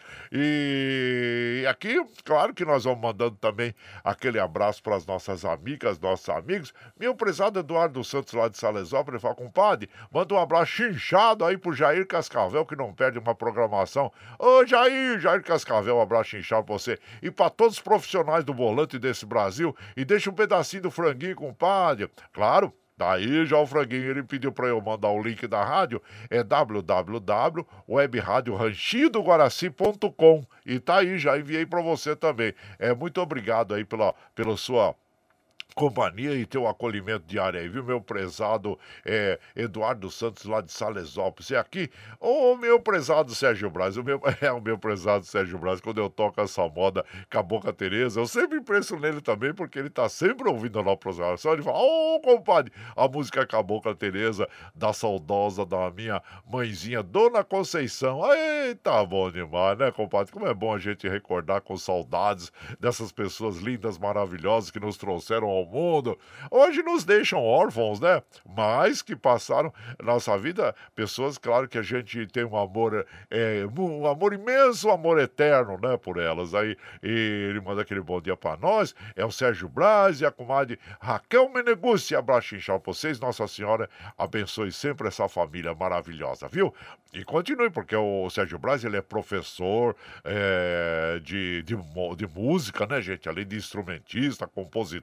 E aqui, claro que nós vamos mandando também aquele abraço para as nossas amigas, nossos amigos. Meu prezado Eduardo Santos, lá de Salesópolis, fala, compadre, manda um abraço chinchado aí pro Jair Cascavel, que não perde uma programação. Ô, Jair, Jair Cascavel, um abraço chinchado pra você. E pra todos os profissionais do volante desse Brasil. E deixa um pedacinho do franguinho, compadre. Claro, tá aí já o franguinho. Ele pediu pra eu mandar o link da rádio. É w w w ponto web rádio ranchinho do guaraci ponto com. E tá aí, já enviei pra você também. É, muito obrigado aí pela, pela sua companhia e teu acolhimento diário aí, viu, meu prezado é, Eduardo Santos, lá de Salesópolis. E aqui, o meu prezado Sérgio Braz, o meu, é o meu prezado Sérgio Braz, quando eu toco essa moda Cabocla Teresa, eu sempre penso nele também, porque ele tá sempre ouvindo a nossa programação. Ele fala, ô, oh, compadre, a música Cabocla Teresa, da saudosa da minha mãezinha, Dona Conceição. Eita, bom demais, né, compadre? Como é bom a gente recordar com saudades dessas pessoas lindas, maravilhosas que nos trouxeram ao mundo. Hoje nos deixam órfãos, né? Mas que passaram nossa vida, pessoas, claro que a gente tem um amor, é, um amor imenso, um amor eterno, né, por elas. Aí e ele manda aquele bom dia pra nós, é o Sérgio Braz e a comadre Raquel Menegucci. Abraço inchado pra vocês, Nossa Senhora abençoe sempre essa família maravilhosa, viu? E continue, porque o Sérgio Braz, ele é professor é, de, de, de música, né, gente? Além de instrumentista, compositor,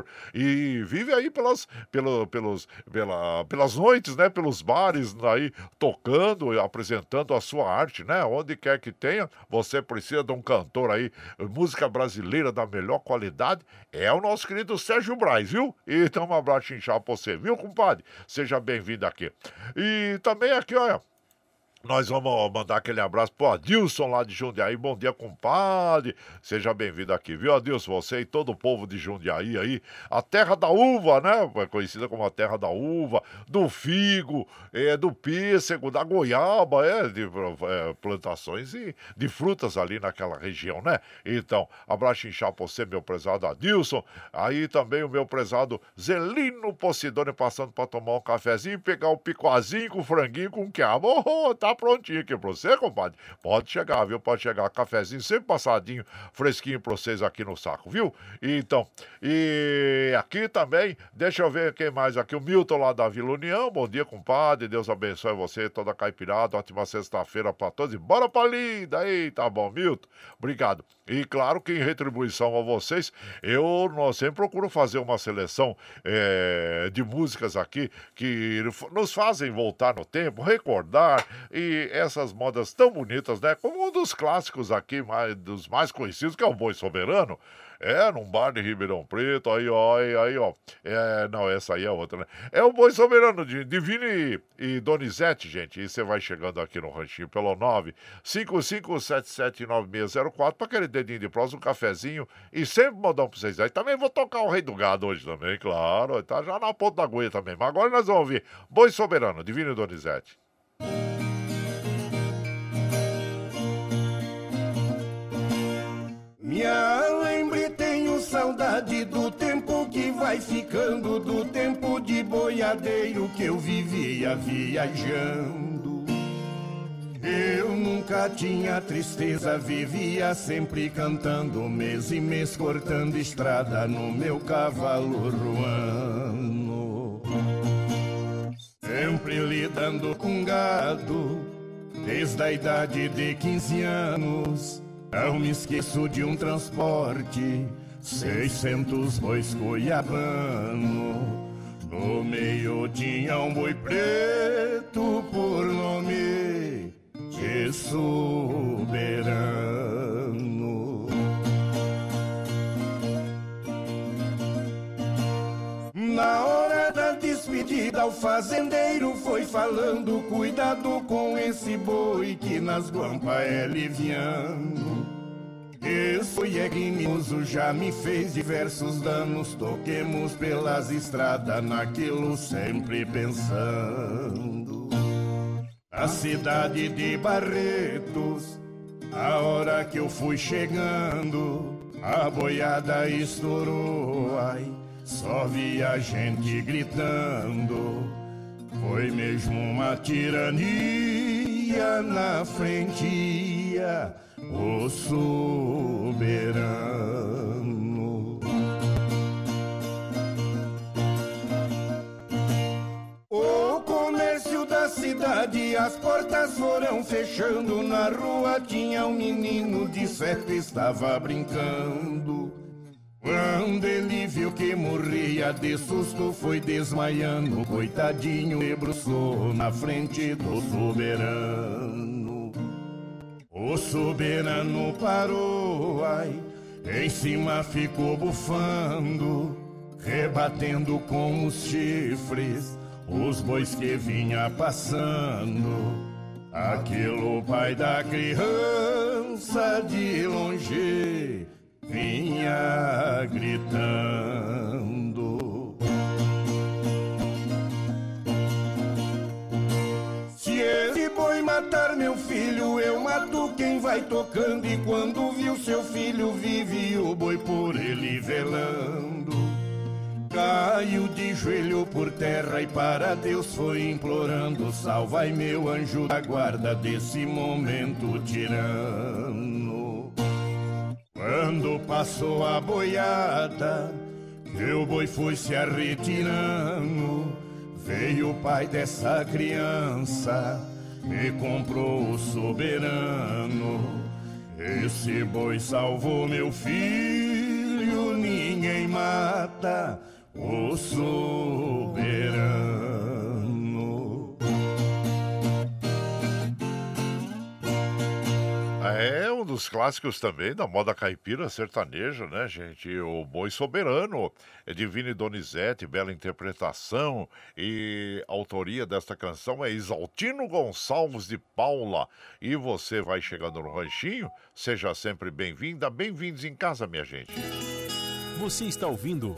cantor e vive aí pelas, pelo, pelos, pela, pelas noites, né? Pelos bares aí, tocando, apresentando a sua arte, né? Onde quer que tenha, você precisa de um cantor aí, música brasileira da melhor qualidade, é o nosso querido Sérgio Braz, viu? Então um abraço inchado pra você, viu, compadre? Seja bem-vindo aqui. E também aqui, olha, nós vamos mandar aquele abraço pro Adilson lá de Jundiaí. Bom dia, compadre. Seja bem-vindo aqui, viu, Adilson? Você e todo o povo de Jundiaí aí. A terra da uva, né? É conhecida como a terra da uva, do figo, é, do pêssego, da goiaba, é, de é, plantações e de frutas ali naquela região, né? Então, abraço inchado pra você, meu prezado Adilson. Aí também o meu prezado Zelino Posidone passando pra tomar um cafezinho, pegar um picoazinho com franguinho com quiabo. Oh, tá prontinho aqui pra você, compadre. Pode chegar, viu? Pode chegar. Cafezinho sempre passadinho, fresquinho pra vocês aqui no saco, viu? Então, e aqui também, deixa eu ver quem mais aqui. O Milton lá da Vila União. Bom dia, compadre. Deus abençoe você, toda a caipirada. Ótima sexta-feira pra todos. E bora pra linda. Aí, tá bom, Milton? Obrigado. E claro que em retribuição a vocês, eu não, sempre procuro fazer uma seleção é, de músicas aqui que nos fazem voltar no tempo, recordar e essas modas tão bonitas, né? Como um dos clássicos aqui, mais, dos mais conhecidos, que é o Boi Soberano. É, num bar de Ribeirão Preto, aí, ó, aí, aí, ó. É, não, essa aí é outra, né? É o Boi Soberano de Divino e, e Donizete, gente. E você vai chegando aqui no ranchinho pelo nove cinco cinco sete sete nove seis zero quatro para aquele dedinho de prosa, um cafezinho e sempre modão pra vocês aí. Também vou tocar o Rei do Gado hoje também, claro. Tá já na ponta da agulha também. Mas agora nós vamos ouvir Boi Soberano, Divino e Donizete. Minha lembre, tenho saudade do tempo que vai ficando, do tempo de boiadeiro que eu vivia viajando. Eu nunca tinha tristeza, vivia sempre cantando, mês e mês cortando estrada no meu cavalo ruano. Sempre lidando com gado, desde a idade de quinze anos. Não me esqueço de um transporte, seiscentos bois cuiabano. No meio tinha um boi preto por nome de Soberano. Na hora da despedida, o fazendeiro foi falando: cuidado com esse boi que nas guampas é liviano. Esse boi é criminoso, já me fez diversos danos. Toquemos pelas estradas, naquilo sempre pensando. Na cidade de Barretos, a hora que eu fui chegando, a boiada estourou, ai, só vi a gente gritando. Foi mesmo uma tirania na frente, o soberano. O comércio da cidade, as portas foram fechando. Na rua tinha um menino de certo estava brincando. Quando ele viu que morria de susto, foi desmaiando. Coitadinho, debruçou na frente do soberano. O soberano parou, ai, em cima ficou bufando, rebatendo com os chifres os bois que vinha passando. Aquilo, pai da criança de longe, vinha gritando. Se esse boi matar meu filho, eu mato quem vai tocando. E quando viu seu filho vive, o boi por ele velando. Caiu de joelho por terra e para Deus foi implorando: salvai meu anjo da guarda desse momento tirano. Quando passou a boiada, que o boi foi se arretirando, veio o pai dessa criança, me comprou o soberano. Esse boi salvou meu filho, ninguém ninguém mata o soberano. É um dos clássicos também da moda caipira sertaneja, né, gente? O Boi Soberano, é Divine Donizete, bela interpretação, e a autoria desta canção é Isaltino Gonçalves de Paula. E você vai chegando no ranchinho, seja sempre bem-vinda, bem-vindos em casa, minha gente. Você está ouvindo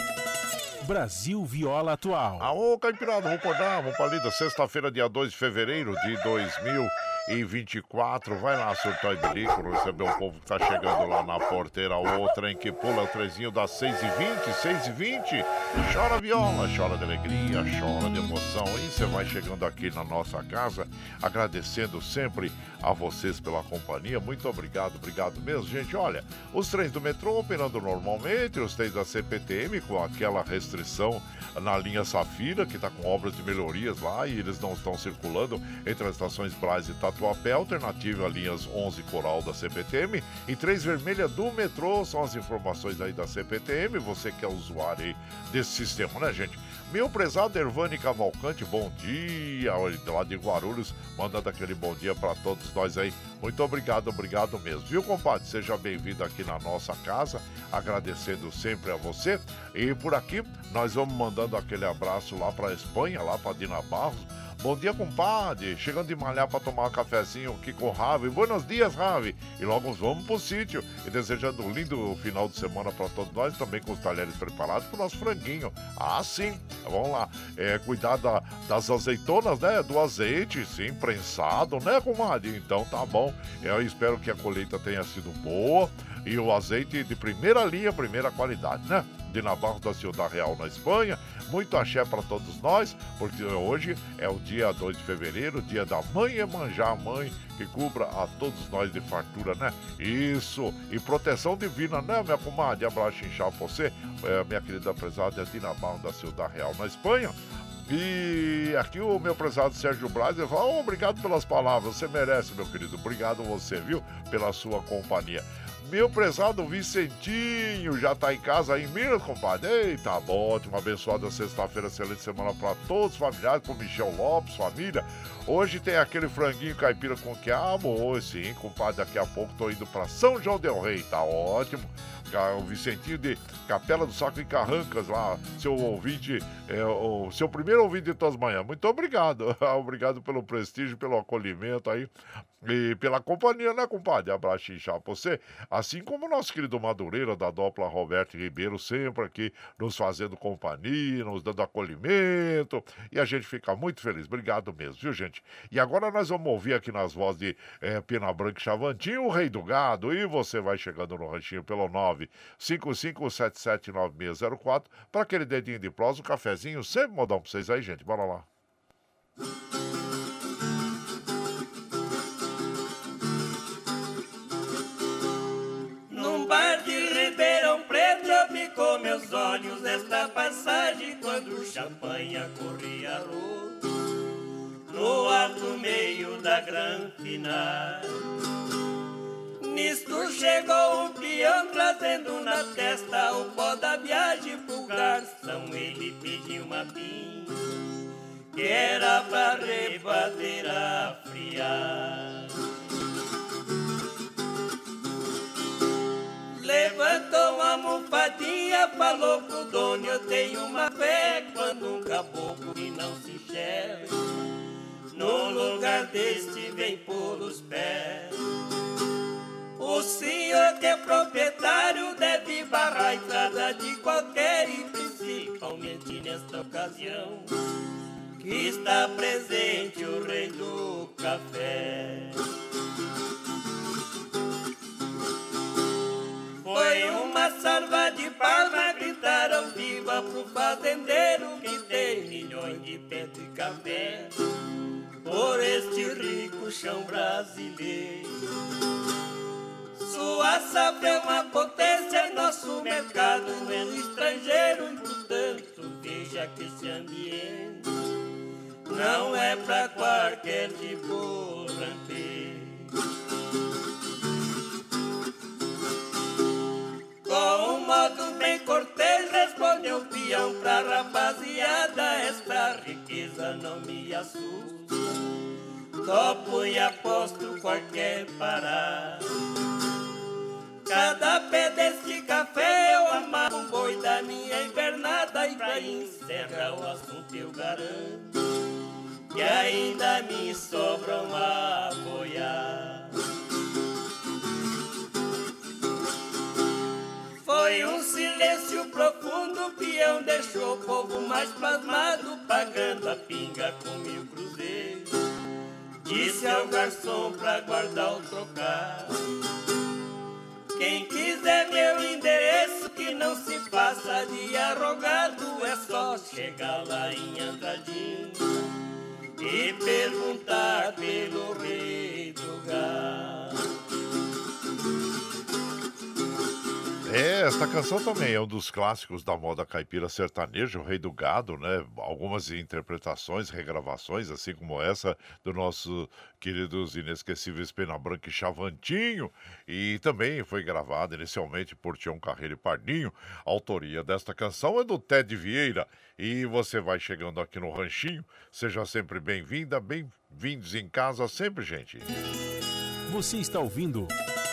Brasil Viola Atual. Aô, caipirada, vamos acordar, vamos pra lida, sexta-feira, dia dois de fevereiro de dois mil e vinte e quatro, vai lá, surtar e bilico, receber o povo que tá chegando lá na porteira, o trem que pula, o trezinho das seis e vinte, seis e vinte, chora viola, chora de alegria, chora de emoção, e você vai chegando aqui na nossa casa, agradecendo sempre a vocês pela companhia, muito obrigado, obrigado mesmo, gente. Olha, os trens do metrô operando normalmente, os trens da C P T M com aquela restrição na linha Safira, que tá com obras de melhorias lá, e eles não estão circulando entre as estações Brás e Tatuapé, alternativa a linhas onze Coral da C P T M e três Vermelha do metrô, são as informações aí da C P T M, você que é usuário aí desse sistema, né, gente? Meu prezado Ervani Cavalcante, bom dia, lá de Guarulhos, mandando aquele bom dia para todos nós aí, muito obrigado, obrigado mesmo, viu, compadre? Seja bem-vindo aqui na nossa casa, agradecendo sempre a você, e por aqui nós vamos mandando aquele abraço lá para Espanha, lá para Dina Barros. Bom dia, compadre. Chegando de malhar para tomar um cafezinho aqui com o Ravi. Buenos dias, Ravi. E logo vamos pro sítio. E desejando um lindo final de semana para todos nós, também com os talheres preparados pro nosso franguinho. Ah, sim. Vamos lá. É, cuidar da, das azeitonas, né? Do azeite, sim, prensado, né, comadre? Então tá bom. Eu espero que a colheita tenha sido boa. E o azeite de primeira linha, primeira qualidade, né? De Navarro da Ciudad Real, na Espanha. Muito axé para todos nós, porque hoje é o dia dois de fevereiro, dia da mãe Iemanjá, a mãe que cubra a todos nós de fartura, né? Isso, e proteção divina, né, minha comadre? Abraço inchado pra você, é, minha querida prezada de Navarro da Ciudad Real, na Espanha. E aqui o meu prezado Sérgio Braz, ele fala, oh, obrigado pelas palavras, você merece, meu querido, obrigado você, viu, pela sua companhia. Meu prezado Vicentinho já tá em casa aí em Minas, compadre. Eita, bom, ótima, abençoada sexta-feira, excelente semana para todos os familiares, com Michel Lopes, família. Hoje tem aquele franguinho caipira com quiabo, sim, compadre, daqui a pouco tô indo para São João del Rei, tá ótimo. O Vicentinho de Capela do Saco em Carrancas, lá, seu ouvinte, é, o seu primeiro ouvinte de todas as manhãs. Muito obrigado, obrigado pelo prestígio, pelo acolhimento aí e pela companhia, né, compadre? Abraço inchado pra você, assim como o nosso querido Madureira, da Dopla Roberto Ribeiro, sempre aqui nos fazendo companhia, nos dando acolhimento, e a gente fica muito feliz. Obrigado mesmo, viu, gente? E agora nós vamos ouvir aqui nas vozes de é, Pena Branca e Chavantinho, o Rei do Gado, e você vai chegando no ranchinho pelo nove cinco cinco sete sete nove seis zero quatro para aquele dedinho de prosa, um cafezinho, sempre modão pra vocês aí, gente. Bora lá. Num bar de Ribeirão Preto eu vi com meus olhos esta passagem quando o champanhe corria roto no alto meio da grande final. Nisto chegou um peão trazendo na testa o pó da viagem pro garçom. Ele pediu uma pinga que era pra rebater a friar. Levantou uma almofadinha, falou pro dono, eu tenho uma fé quando um caboclo que não se enxerga no lugar deste vem por os pés. O senhor que é proprietário deve barrar a entrada de qualquer e principalmente nesta ocasião que está presente o rei do café. Foi uma salva de palmas, gritaram viva pro fazendeiro que tem milhões de pés de café por este rico chão brasileiro. Sua safra é uma potência, nosso mercado é no estrangeiro, e portanto veja que esse ambiente não é pra qualquer tipo rampeiro. Com uma modo bem cortês respondeu o peão pra rapaziada: esta riqueza não me assusta, topo e aposto qualquer parada. Cada pé deste café eu amarro um boi da minha invernada. E pra encerrar o assunto eu garanto que ainda me sobram a boiar. Foi um silêncio profundo, o peão deixou o povo mais pasmado, pagando a pinga com mil cruzeiros. Disse ao garçom pra guardar o trocado: quem quiser meu endereço, que não se faça de arrogado, é só chegar lá em Andradina e perguntar pelo rei do gado. É, esta canção também é um dos clássicos da moda caipira sertaneja, o Rei do Gado, né? Algumas interpretações, regravações, assim como essa do nosso queridos inesquecíveis Pena Branca e Chavantinho. E também foi gravada inicialmente por Tião Carreiro e Pardinho. A autoria desta canção é do Ted Vieira. E você vai chegando aqui no Ranchinho. Seja sempre bem-vinda, bem-vindos em casa sempre, gente. Você está ouvindo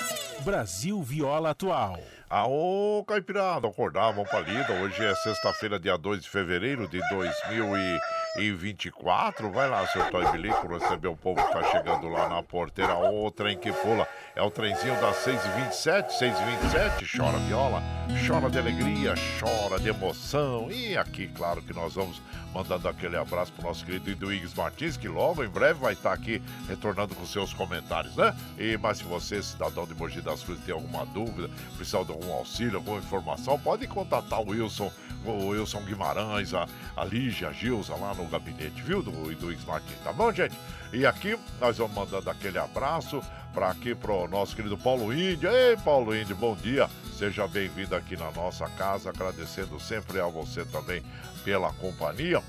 Brasil Viola Atual. Aô, Caipirada, acordar, vamos pra lida. Hoje é sexta-feira, dia dois de fevereiro de dois mil e vinte e quatro. Vai lá, seu Toy Bilico, receber o povo que tá chegando lá na porteira. Ô, trem que pula. É o trenzinho das seis e vinte e sete, seis e vinte e sete. Chora viola, chora de alegria, chora de emoção. E aqui, claro que nós vamos mandando aquele abraço pro nosso querido Eduígues Martins, que logo em breve vai estar aqui retornando com seus comentários, né? E, mas se você, cidadão de Mogi das Cruzes, tem alguma dúvida, precisa de algum auxílio, alguma informação, pode contatar o Wilson, o Wilson Guimarães, a, a Lígia, a Gilza lá no gabinete, viu, do Eduígues Martins, tá bom, gente? E aqui nós vamos mandando aquele abraço para aqui pro nosso querido Paulo Índio. Ei, Paulo Índio, bom dia. Seja bem-vindo aqui na nossa casa, agradecendo sempre a você também pela companhia.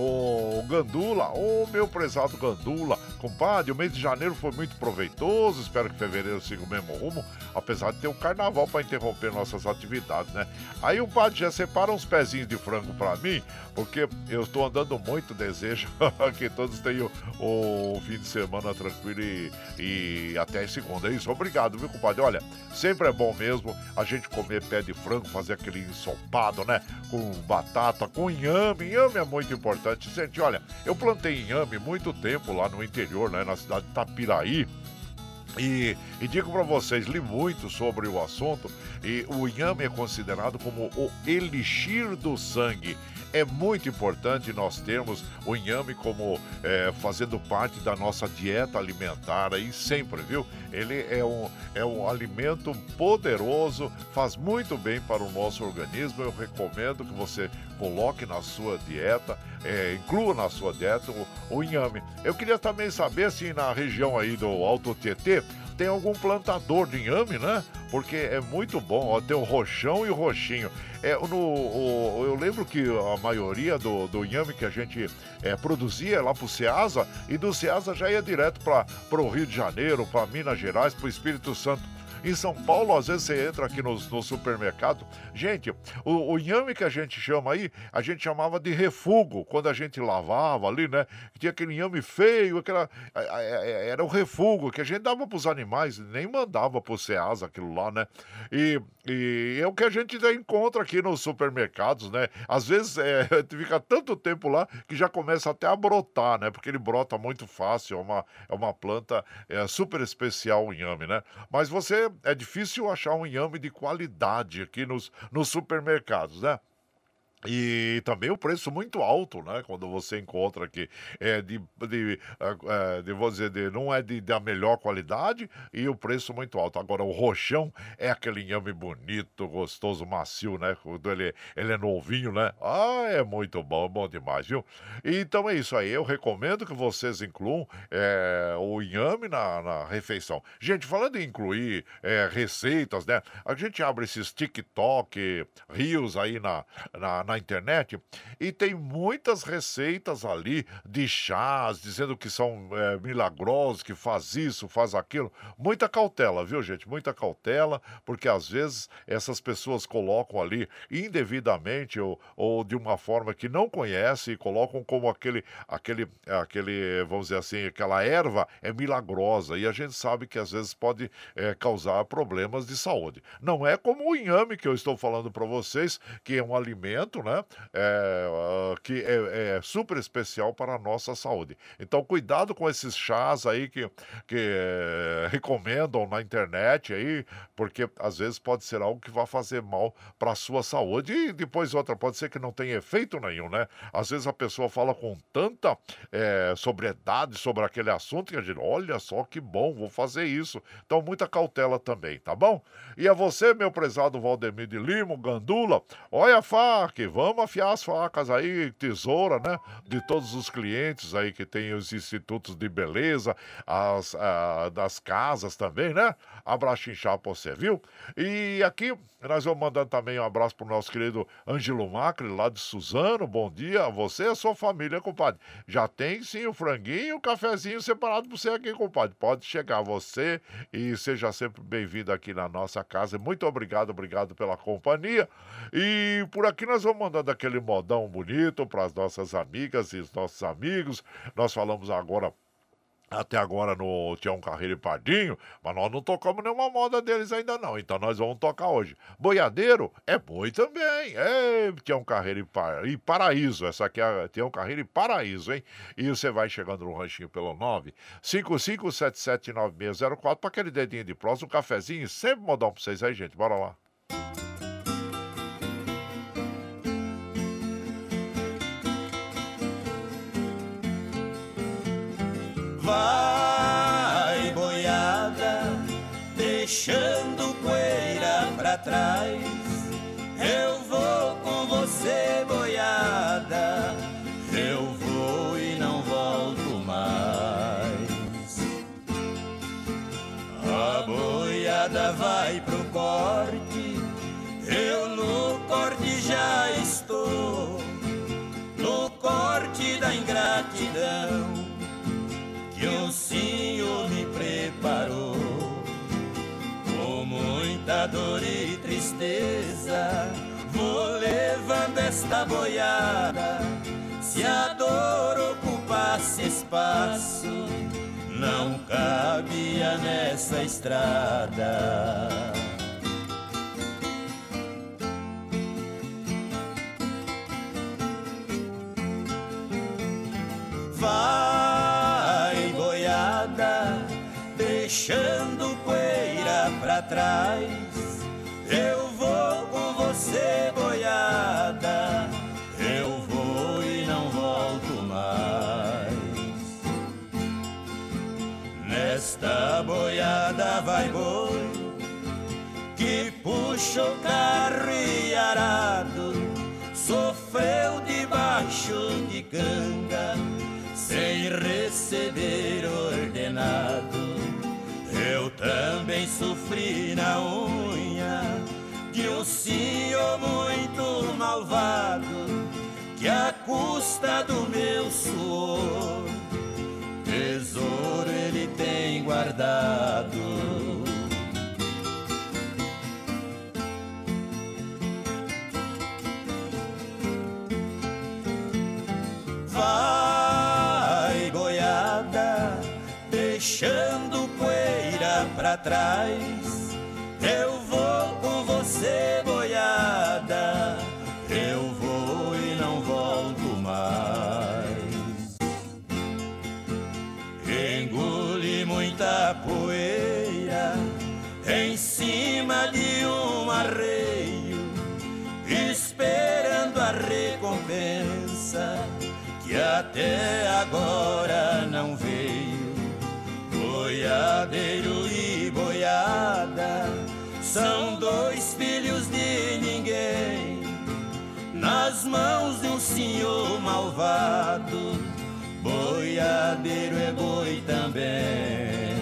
O Gandula, o meu prezado Gandula, compadre, o mês de janeiro foi muito proveitoso, espero que fevereiro siga o mesmo rumo, apesar de ter o carnaval para interromper nossas atividades, né? Aí o padre já separa uns pezinhos de frango para mim, porque eu estou andando muito, desejo que todos tenham o, o fim de semana tranquilo e, e até segunda, é isso? Obrigado, viu, compadre? Olha, sempre é bom mesmo a gente comer pé de frango, fazer aquele ensopado, né? Com batata, com inhame, inhame é muito importante. Gente, olha, eu plantei inhame muito tempo lá no interior, né, na cidade de Tapiraí. E, e digo para vocês, li muito sobre o assunto e o inhame é considerado como o elixir do sangue. É muito importante nós termos o inhame como é, fazendo parte da nossa dieta alimentar aí sempre, viu? Ele é um, é um alimento poderoso, faz muito bem para o nosso organismo. Eu recomendo que você coloque na sua dieta, é, inclua na sua dieta o, o inhame. Eu queria também saber se na região aí do Alto Tietê tem algum plantador de inhame, né? Porque é muito bom, ó, tem o roxão e o roxinho. É, no, o, eu lembro que a maioria do, do inhame que a gente é, produzia lá pro Ceasa, e do Ceasa já ia direto para o Rio de Janeiro, para Minas Gerais, para o Espírito Santo. Em São Paulo, às vezes você entra aqui no, no supermercado. Gente, o, o inhame que a gente chama aí, a gente chamava de refugo, quando a gente lavava ali, né? Tinha aquele inhame feio, aquela, era o refugo que a gente dava pros animais, nem mandava pro Ceasa aquilo lá, né? E, e é o que a gente encontra aqui nos supermercados, né? Às vezes é, fica tanto tempo lá que já começa até a brotar, né? Porque ele brota muito fácil, é uma, é uma planta é, super especial o inhame, né? Mas você é difícil achar um inhame de qualidade aqui nos, nos supermercados, né? E também o preço muito alto, né? Quando você encontra aqui, é de, de, de, de vou dizer, de, não é de, da melhor qualidade e o preço muito alto. Agora, o roxão é aquele inhame bonito, gostoso, macio, né? Quando ele, ele é novinho, né? Ah, é muito bom, é bom demais, viu? Então é isso aí, eu recomendo que vocês incluam é, o inhame na, na refeição. Gente, falando em incluir é, receitas, né? A gente abre esses TikTok, rios aí na, na, na na internet e tem muitas receitas ali de chás, dizendo que são é, milagrosos, que faz isso, faz aquilo. Muita cautela, viu, gente? Muita cautela, porque às vezes essas pessoas colocam ali indevidamente ou, ou de uma forma que não conhece e colocam como aquele, aquele, aquele, vamos dizer assim, aquela erva é milagrosa e a gente sabe que às vezes pode é, causar problemas de saúde. Não é como o inhame que eu estou falando para vocês, que é um alimento, né, é, uh, que é, é super especial para a nossa saúde. Então, cuidado com esses chás aí que, que é, recomendam na internet aí, porque às vezes pode ser algo que vai fazer mal para a sua saúde e depois outra, pode ser que não tenha efeito nenhum, né? Às vezes a pessoa fala com tanta é, sobriedade sobre aquele assunto que a gente, olha só que bom, vou fazer isso. Então, muita cautela também, tá bom? E a você, meu prezado Valdemir de Lima, Gandula, olha a faca, vamos afiar as facas aí, tesoura, né? De todos os clientes aí que tem os institutos de beleza, as, a, das casas também, né? Abraço inchado pra você, viu? E aqui nós vamos mandando também um abraço pro nosso querido Ângelo Macri, lá de Suzano. Bom dia a você e a sua família, compadre. Já tem sim o franguinho e o cafezinho separado pra você aqui, compadre. Pode chegar você e seja sempre bem-vindo aqui na nossa casa. Muito obrigado, obrigado pela companhia. E por aqui nós vamos mandando aquele modão bonito para as nossas amigas e os nossos amigos. Nós falamos agora até agora no Tião Carreiro e Pardinho, mas nós não tocamos nenhuma moda deles ainda não, então nós vamos tocar hoje. Boiadeiro é boi também, é Tião Carreiro e, Par... e Paraíso, essa aqui é Tião Carreiro e Paraíso, hein? E você vai chegando no ranchinho pelo nove cinco cinco sete sete nove seis zero quatro para aquele dedinho de próximo, um cafezinho, sempre modão pra vocês aí, gente, bora lá. Vai, boiada, deixando poeira pra trás. Eu vou com você, boiada, eu vou e não volto mais. A boiada vai pro corte, eu no corte já estou, no corte da ingratidão que o Senhor me preparou. Com muita dor e tristeza vou levando esta boiada. Se a dor ocupasse espaço, não cabia nessa estrada. Vai, boiada, deixando poeira pra trás. Eu vou com você, boiada, eu vou e não volto mais. Nesta boiada vai boi que puxa o carro e arado, sofreu debaixo de canga sem receber ordenado. Eu também sofri na unha de um senhor muito malvado, que à custa do meu suor tesouro ele tem guardado. Vai, boiada, deixando poeira pra trás. Eu vou com você, boiada, eu vou e não volto mais. Engoli muita poeira em cima de um arreio, esperando a recompensa que até agora não veio. Boiadeiro e boiada são dois filhos de ninguém, nas mãos de um senhor malvado. Boiadeiro é boi também.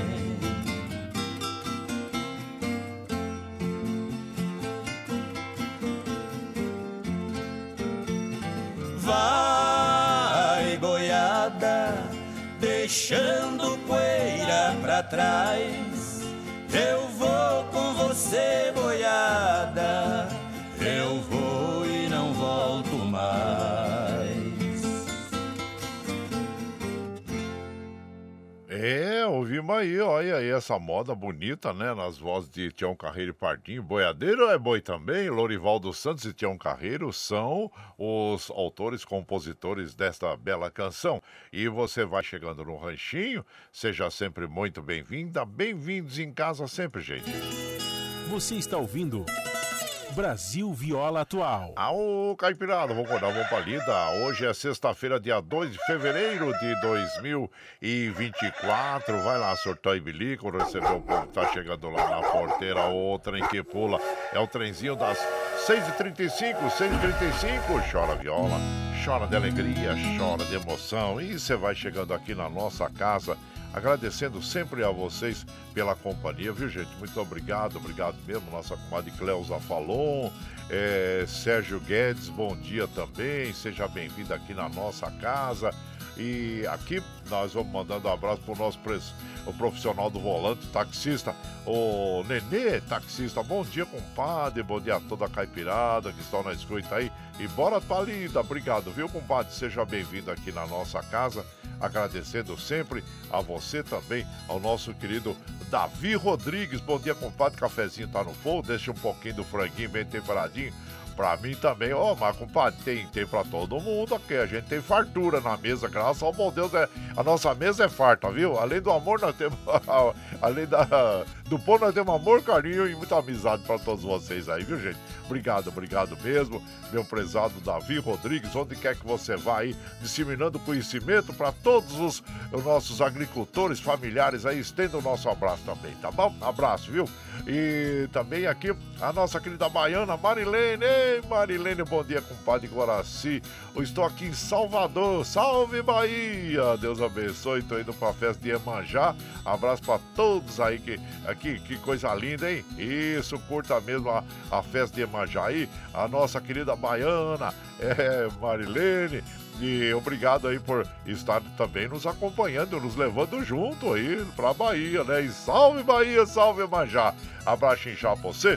boiada, deixando poeira pra trás. Eu vou com você, boiada, eu vou e não volto mais. É, ouvimos aí, olha aí essa moda bonita, né? Nas vozes de Tião Carreiro e Pardinho. Boiadeiro é boi também. Lorivaldo Santos e Tião Carreiro são os autores, compositores desta bela canção. E você vai chegando no ranchinho, seja sempre muito bem-vinda. Bem-vindos em casa sempre, gente. Você está ouvindo Brasil Viola Atual. Aô, Caipirada, vamos acordar, vamos pra lida. Hoje é sexta-feira, dia dois de fevereiro de dois mil e vinte e quatro. Vai lá, surtar e bilico, receber o povo que tá chegando lá na porteira. O trem que pula é o trenzinho das seis e trinta e cinco, seis e trinta e cinco. Chora viola, chora de alegria, chora de emoção. E você vai chegando aqui na nossa casa, agradecendo sempre a vocês pela companhia, viu, gente? Muito obrigado, obrigado mesmo. Nossa comadre Cleusa Falon, é, Sérgio Guedes, bom dia também. Seja bem-vindo aqui na nossa casa. E aqui nós vamos mandando um abraço pro nosso pres... o profissional do volante, taxista, o Nenê, taxista. Bom dia, compadre. Bom dia a toda a caipirada que estão na escuta aí. E bora pra lida. Obrigado, viu, compadre? Seja bem-vindo aqui na nossa casa. Agradecendo sempre a você também, ao nosso querido Davi Rodrigues. Bom dia, compadre. Cafezinho tá no fogo. Deixa um pouquinho do franguinho bem temperadinho pra mim também. Ó, oh, mas, compadre, tem, tem pra todo mundo aqui. A gente tem fartura na mesa, graças ao bom Deus. É, a nossa mesa é farta, viu? Além do amor, nós temos... além da, do pão, nós temos amor, carinho e muita amizade pra todos vocês aí, viu, gente? Obrigado, obrigado mesmo, meu prezado Davi Rodrigues. Onde quer que você vá aí, disseminando conhecimento para todos os, os nossos agricultores, familiares aí, estenda o nosso abraço também, tá bom? Abraço, viu? E também aqui a nossa querida baiana Marilene. Ei, Marilene, bom dia, compadre Guaraci. Eu estou aqui em Salvador. Salve, Bahia! Deus abençoe. Estou indo para a festa de Iemanjá. Abraço para todos aí. Que, aqui, que coisa linda, hein? Isso, curta mesmo a, a festa de Iemanjá aí. A nossa querida baiana, é, Marilene. E obrigado aí por estar também nos acompanhando, nos levando junto aí pra Bahia, né? E salve Bahia, salve Iemanjá. Abraço inchado pra você,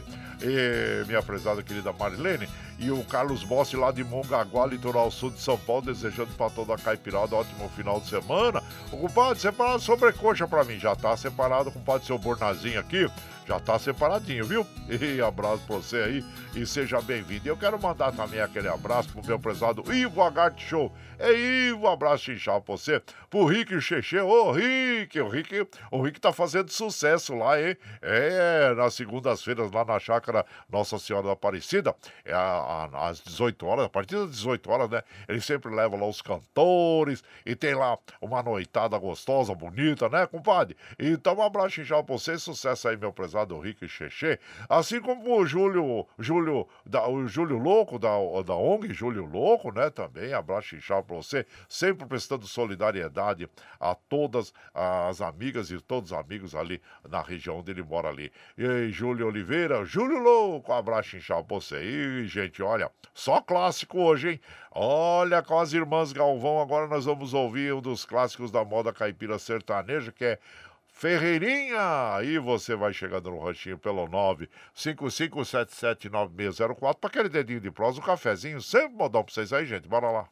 e minha prezada querida Marilene. E o Carlos Bossi lá de Mongaguá, litoral sul de São Paulo, desejando pra toda a caipirada ótimo final de semana. O compadre, separa a sobrecoxa pra mim. Já tá separado, compadre, seu bornazinho aqui. Já tá separadinho, viu? E abraço pra você aí e seja bem-vindo. E eu quero mandar também aquele abraço pro meu prezado Ivo Agart Show. É Ivo, abraço inchado pra você. Pro Rick Cheche, ô Rick, o Rick, o Rick tá fazendo sucesso lá, hein? É, nas segundas-feiras lá na chácara Nossa Senhora da Aparecida, é a, a, às dezoito horas, a partir das dezoito horas, né? Ele sempre leva lá os cantores e tem lá uma noitada gostosa, bonita, né, compadre? Então um abraço inchado pra você, sucesso aí, meu prezado. Do Rick Cheche, assim como o Júlio, Júlio da, o Júlio Louco, da, da O N G Júlio Louco, né, também, abraço inchado pra você, sempre prestando solidariedade a todas as amigas e todos os amigos ali na região onde ele mora ali. E aí, Júlio Oliveira, Júlio Louco, abraço inchado pra você. E, gente, olha, só clássico hoje, hein? Olha, com as irmãs Galvão, agora nós vamos ouvir um dos clássicos da moda caipira sertaneja, que é Ferreirinha. Aí você vai chegando no ranchinho pelo nove cinco cinco sete sete nove seis zero quatro para aquele dedinho de prosa, um cafezinho, sempre modão pra vocês aí, gente. Bora lá.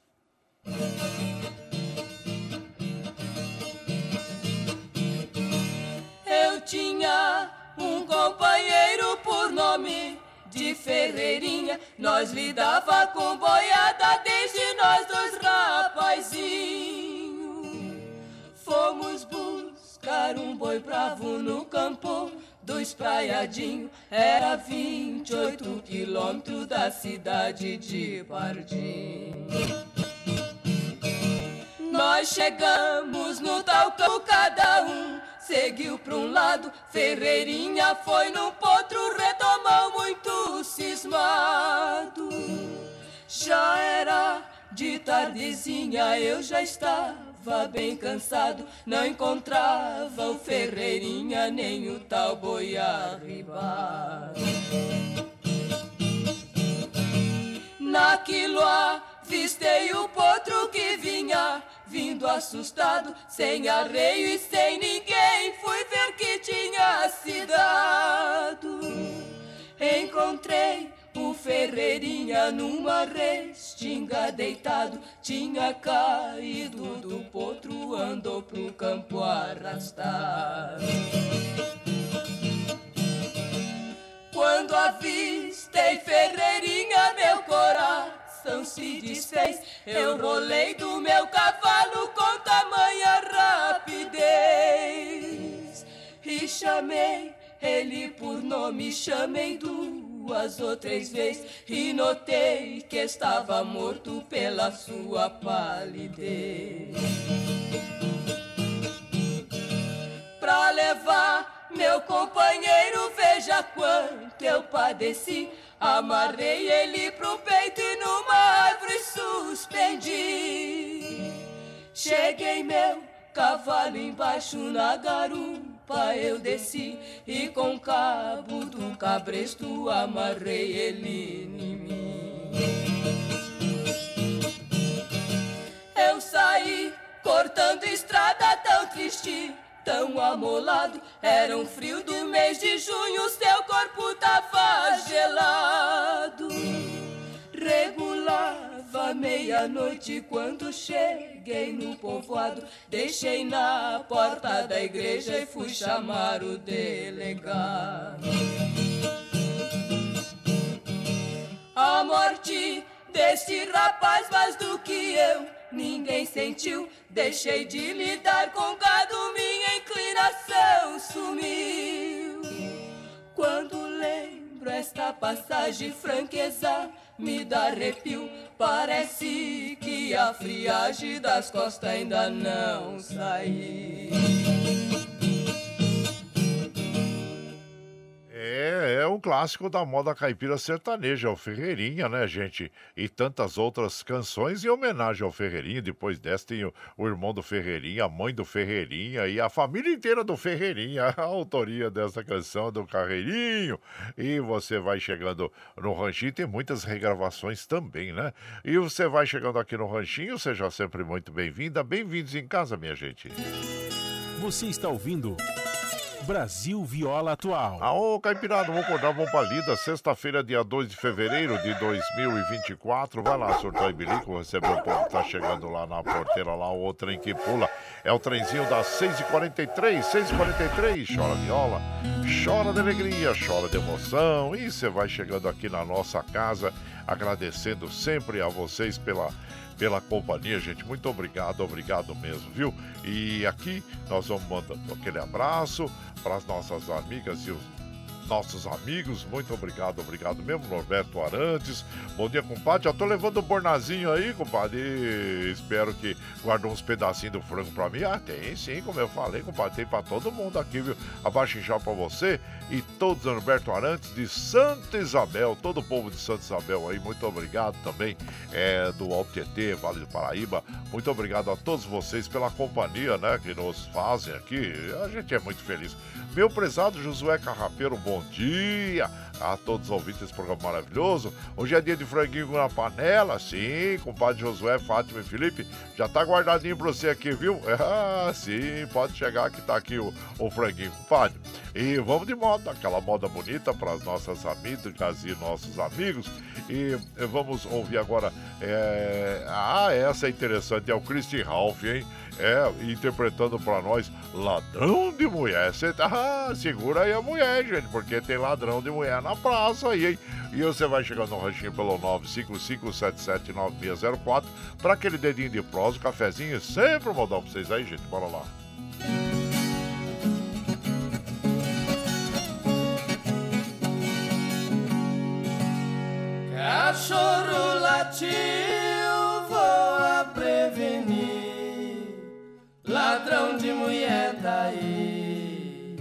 Eu tinha um companheiro por nome de Ferreirinha. Nós lidava com boiada desde nós dois rapazinhos. Fomos buscar um boi bravo no campo do Espraiadinho. Era vinte e oito quilômetros da cidade de Pardim. Nós chegamos no talcão, cada um seguiu pra um lado. Ferreirinha foi num potro redomão muito cismado. Já era de tardezinha, eu já estava bem cansado. Não encontrava o Ferreirinha nem o tal boi arribado. Naquilo avistei o potro que vinha vindo assustado, sem arreio e sem ninguém, fui ver que tinha se dado. Encontrei o Ferreirinha numa restinga deitado, tinha caído do potro, andou pro campo arrastado. Quando avistei Ferreirinha, meu coração se desfez. Eu rolei do meu cavalo com tamanha rapidez e chamei ele por nome, chamei duas ou três vezes e notei que estava morto pela sua palidez. Pra levar meu companheiro, veja quanto eu padeci. Amarrei ele pro peito e numa árvore suspendi. Cheguei meu cavalo embaixo na garupa, eu desci e com o cabo do cabresto amarrei ele em mim. Eu saí cortando estrada tão triste, tão amolado, era um frio do mês de junho, seu corpo tava gelado. Regulava meia-noite quando cheguei no povoado, deixei na porta da igreja e fui chamar o delegado. A morte desse rapaz, mais do que eu, ninguém sentiu. Deixei de lidar com gado, minha inclinação sumiu. Quando lembro esta passagem, franqueza me dá arrepio. Parece que a friagem das costas ainda não saiu. É, é um clássico da moda caipira sertaneja, o Ferreirinha, né, gente? E tantas outras canções em homenagem ao Ferreirinha. Depois dessa tem o, o irmão do Ferreirinha, a mãe do Ferreirinha e a família inteira do Ferreirinha. A autoria dessa canção do Carreirinho. E você vai chegando no Ranchinho, tem muitas regravações também, né? E você vai chegando aqui no Ranchinho, seja sempre muito bem-vinda. Bem-vindos em casa, minha gente. Você está ouvindo Brasil Viola Atual. Aô, Caipirada, vamos acordar, vamos pra lida. Sexta-feira, dia dois de fevereiro de dois mil e vinte e quatro. Vai lá, surtar e bilico, receber o povo que tá chegando lá na porteira, lá, o trem que pula. É o trenzinho das seis e quarenta e três, seis e quarenta e três. Chora viola, chora de alegria, chora de emoção. E você vai chegando aqui na nossa casa, agradecendo sempre a vocês pela... pela companhia, gente. Muito obrigado, obrigado mesmo, viu? E aqui nós vamos mandando aquele abraço para as nossas amigas e os nossos amigos. Muito obrigado, obrigado mesmo, Norberto Arantes. Bom dia, compadre. Já tô levando um bornazinho aí, compadre. E espero que guardou uns pedacinhos do frango pra mim. Ah, tem sim, como eu falei, compadre. Tem pra todo mundo aqui, viu? Abaixo em pra você e todos, Norberto Arantes de Santa Isabel, todo o povo de Santa Isabel aí. Muito obrigado também, é, do Alto Tietê, Vale do Paraíba. Muito obrigado a todos vocês pela companhia, né, que nos fazem aqui. A gente é muito feliz. Meu prezado Josué Carrapeiro, bom dia a todos os ouvintes desse programa maravilhoso. Hoje é dia de franguinho na panela, sim, compadre Josué, Fátima e Felipe, já tá guardadinho pra você aqui, viu? Ah, sim, pode chegar que tá aqui o, o franguinho, compadre. E vamos de moda, aquela moda bonita para as nossas amigas e nossos amigos. E vamos ouvir agora, é... ah, essa é interessante, é o Christy Ralph, hein? É, interpretando pra nós Ladrão de Mulher. Você tá, segura aí a mulher, gente, porque tem ladrão de mulher na praça aí, hein? E você vai chegando no ranchinho pelo nove cinco cinco sete sete nove seis zero quatro pra aquele dedinho de prosa, um cafezinho, sempre um modal pra vocês aí, gente. Bora lá. Cachorro latiu, voa prevenir, ladrão de mulher daí.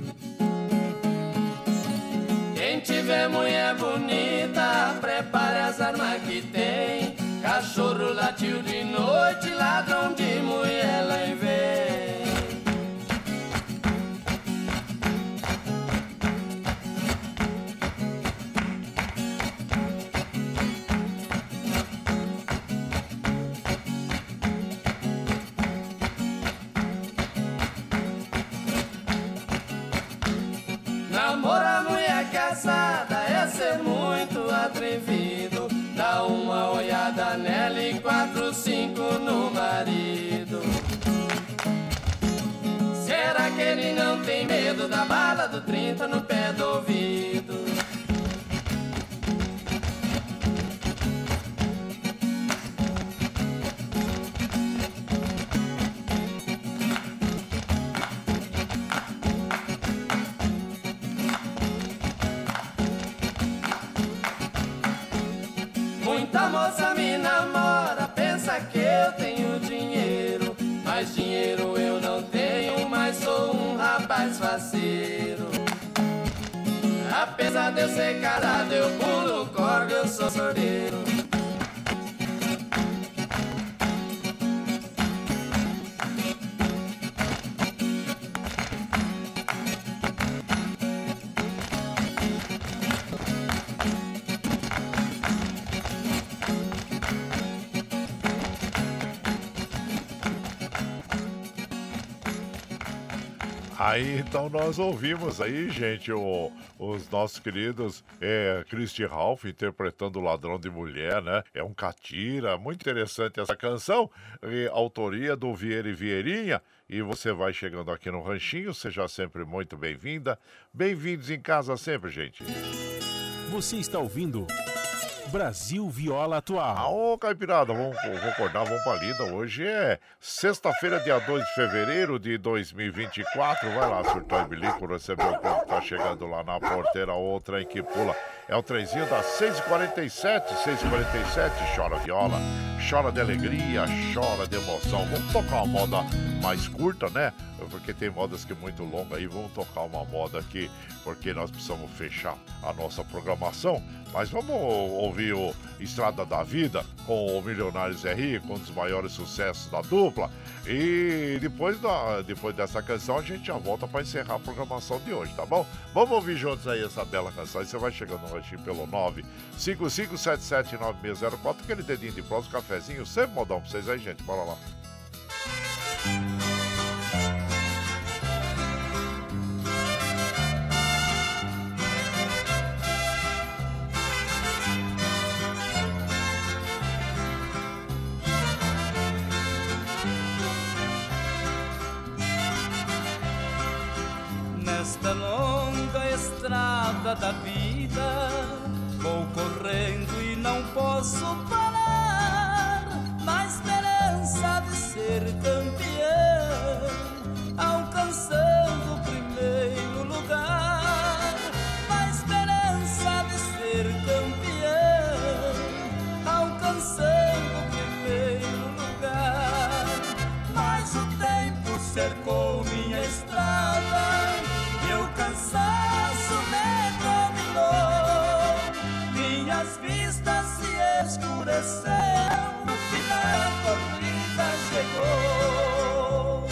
Quem tiver mulher bonita, prepare as armas que tem. Cachorro latiu de noite, ladrão de mulher lá vem. Muita moça me namora, pensa que eu tenho dinheiro, mas dinheiro eu não tenho, mas sou um rapaz faceiro. Apesar de eu ser casado, eu pulo corda, eu sou sorteiro. Aí, então, nós ouvimos aí, gente, o, os nossos queridos é, Christy Ralph interpretando o Ladrão de Mulher, né? É um catira, muito interessante essa canção, e, autoria do Vieira e Vieirinha. E você vai chegando aqui no Ranchinho, seja sempre muito bem-vinda. Bem-vindos em casa sempre, gente. Você está ouvindo Brasil Viola Atual. Ô, Caipirada, vamos, vamos acordar, vamos pra lida. Hoje é sexta-feira, dia dois de fevereiro de dois mil e vinte e quatro. Vai lá, surtou e bilico, recebeu o povo que tá chegando lá na porteira, outra em que pula. É o trenzinho das seis e quarenta e sete, seis e quarenta e sete, chora viola, chora de alegria, chora de emoção. Vamos tocar uma moda mais curta, né? Porque tem modas que é muito longa aí. Vamos tocar uma moda aqui, porque nós precisamos fechar a nossa programação. Mas vamos ouvir o Estrada da Vida com o Milionário Zé Rico, um dos maiores sucessos da dupla. E depois, da, depois dessa canção a gente já volta para encerrar a programação de hoje, tá bom? Vamos ouvir juntos aí essa bela canção. E você vai chegando no ranchinho pelo nove cinco cinco sete sete nove seis zero quatro, aquele dedinho de prosa, cafezinho, sempre modão pra vocês aí, gente. Bora lá. Nesta longa estrada da vida, vou correndo e não posso parar, na esperança de ser campeão, alcançando o primeiro lugar, na esperança de ser campeão, alcançando o primeiro lugar. Mas o tempo cercou minha estrada, meu cansaço me dominou, minhas vistas se escureceram, no final a corrida chegou.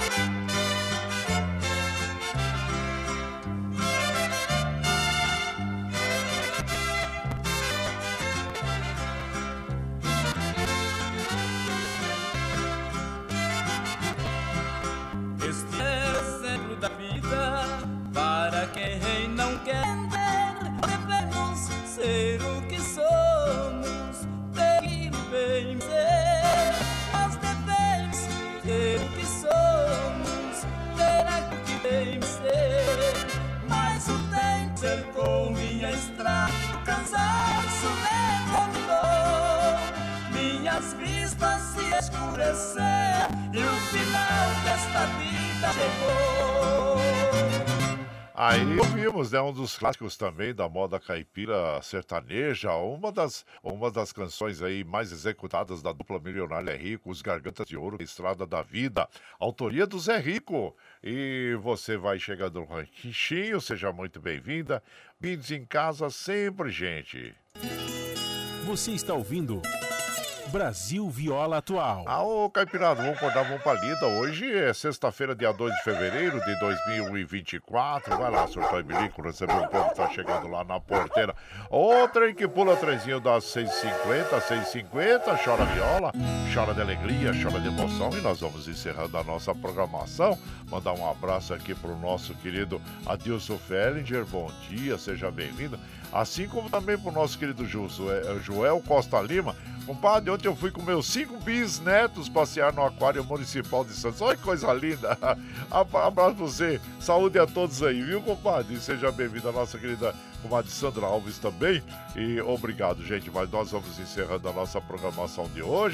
Este é o centro da vida, para quem não quer entender, devemos ser o que somos, ter bem ser. Nós devemos ser o que somos, ter aquilo que bem ser. Mas o tempo cercou minha estrada, o cansaço me dominou, minhas vistas se escureceram e o final desta vida chegou. Aí ouvimos, né, um dos clássicos também da moda caipira sertaneja, uma das, uma das canções aí mais executadas da dupla Milionário Zé Rico, Os Gargantas de Ouro, Estrada da Vida, autoria do Zé Rico. E você vai chegando no ranchinho, seja muito bem-vinda, vindos em casa sempre, gente. Você está ouvindo Brasil Viola Atual. Ah, ô Caipirado, vamos acordar, vamos pra lida. Hoje é sexta-feira, dia dois de fevereiro de dois mil e vinte e quatro. Vai lá, surtou e bilico, recebeu o povo que tá chegando lá na porteira. O trem que pula, trenzinho das seis e cinquenta, seis e cinquenta, chora viola, chora de alegria, chora de emoção. E nós vamos encerrando a nossa programação. Mandar um abraço aqui pro nosso querido Adilson Fellinger. Bom dia, seja bem-vindo. Assim como também pro nosso querido Josué, Joel Costa Lima. Compadre, ontem eu fui com meus cinco bisnetos passear no Aquário Municipal de Santos. Olha que coisa linda. Abraço pra você. Saúde a todos aí, viu, compadre? E seja bem-vindo a nossa querida comadre Sandra Alves também. E obrigado, gente. Mas nós vamos encerrando a nossa programação de hoje.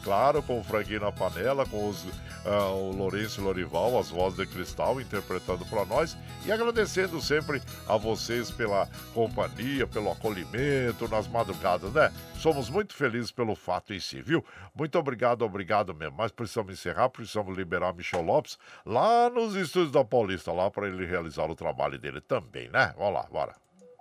claro, com o franguinho na panela, com os, uh, o Lourenço e Lorival, as vozes de cristal, interpretando para nós. E agradecendo sempre a vocês pela companhia, pelo acolhimento nas madrugadas, né? Somos muito felizes pelo fato em si, viu? Muito obrigado, obrigado mesmo. Mas precisamos encerrar, precisamos liberar Michel Lopes lá nos estúdios da Paulista, lá para ele realizar o trabalho dele também, né? Vamos lá, bora.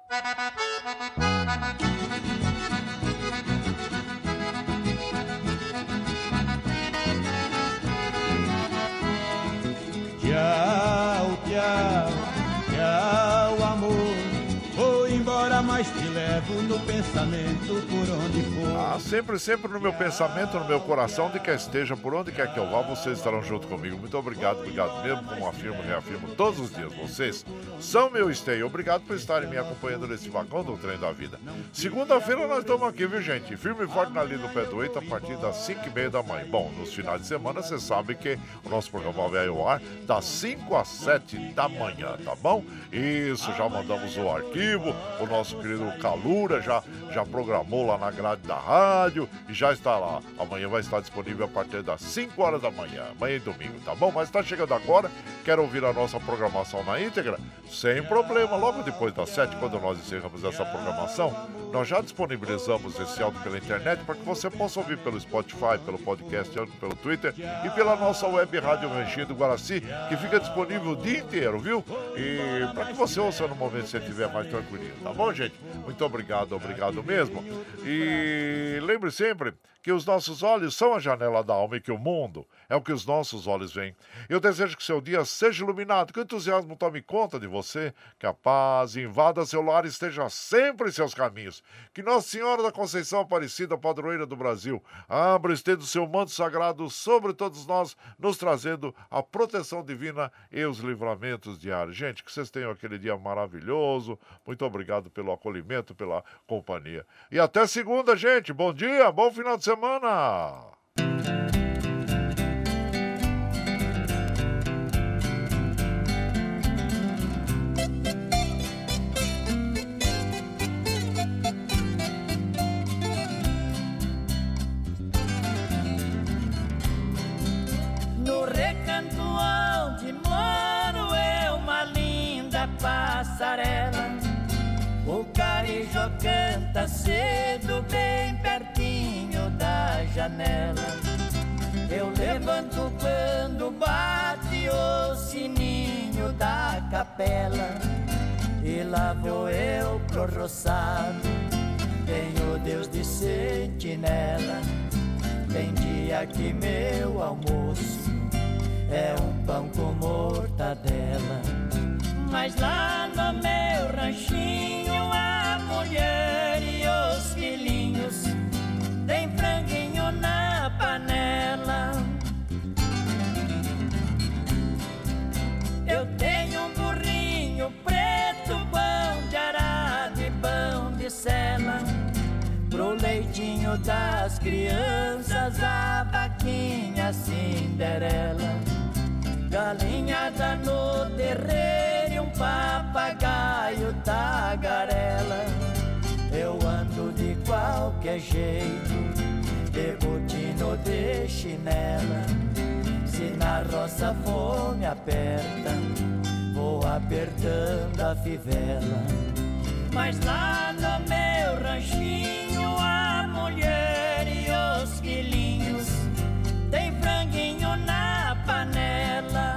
Tchau, tchau, tchau, amor. Vou embora, mas te levo no pensamento por onde for. Ah, sempre, sempre no meu pensamento, no meu coração, onde quer esteja, por onde quer que eu vá, vocês estarão junto comigo. Muito obrigado, obrigado mesmo, como afirmo, reafirmo todos os dias. Vocês são meu esteio. Obrigado por estarem me acompanhando nesse vagão do trem da vida. Segunda-feira nós estamos aqui, viu, gente? Firme e forte na linha do pé do oito, a partir das cinco e meia da manhã. Bom, nos finais de semana, você sabe que o nosso programa vai ao ar das cinco às sete da manhã, tá bom? Isso, já mandamos o arquivo, o nosso querido Calura já, já programou lá na grade da rádio e já está lá. Amanhã vai estar disponível a partir das cinco horas da manhã, amanhã e domingo, tá bom? Mas está chegando agora, quer ouvir a nossa programação na íntegra? Sem problema, logo depois das sete, quando nós encerramos essa programação, nós já disponibilizamos esse áudio pela internet para que você possa ouvir pelo Spotify, pelo podcast, pelo Twitter e pela nossa web rádio Ranchinho do Guaraci, que fica disponível o dia inteiro, viu? E para que você ouça no momento que você estiver mais tranquilinho, tá bom, gente? Muito obrigado, obrigado mesmo. E lembre sempre que os nossos olhos são a janela da alma e que o mundo é o que os nossos olhos veem. Eu desejo que seu dia seja iluminado, que o entusiasmo tome conta de você, que a paz invada seu lar e esteja sempre em seus caminhos. Que Nossa Senhora da Conceição Aparecida, padroeira do Brasil, abra e estenda o seu manto sagrado sobre todos nós, nos trazendo a proteção divina e os livramentos diários. Gente, que vocês tenham aquele dia maravilhoso. Muito obrigado pelo acolhimento, pela companhia. E até segunda, gente. Bom dia, bom final de semana. No recanto onde moro é uma linda passarela. O carijó canta cedo, bem pertinho da janela. Eu levanto quando bate o sininho da capela. E lá vou eu pro roçado, tenho Deus de sentinela. Tem dia que meu almoço é um pão com mortadela. Mas lá no meu ranchinho a mulher e os filhinhos tem franguinho na panela. Eu tenho um burrinho preto, pão de arado e pão de sela. Pro leitinho das crianças a vaquinha Cinderela. Galinhada no terreiro e um papagaio tagarela. Eu ando de qualquer jeito, de botina ou de chinela. Se na roça fome aperta, vou apertando a fivela. Mas lá no meu ranchinho a mulher e os filhinhos tem franguinho na panela.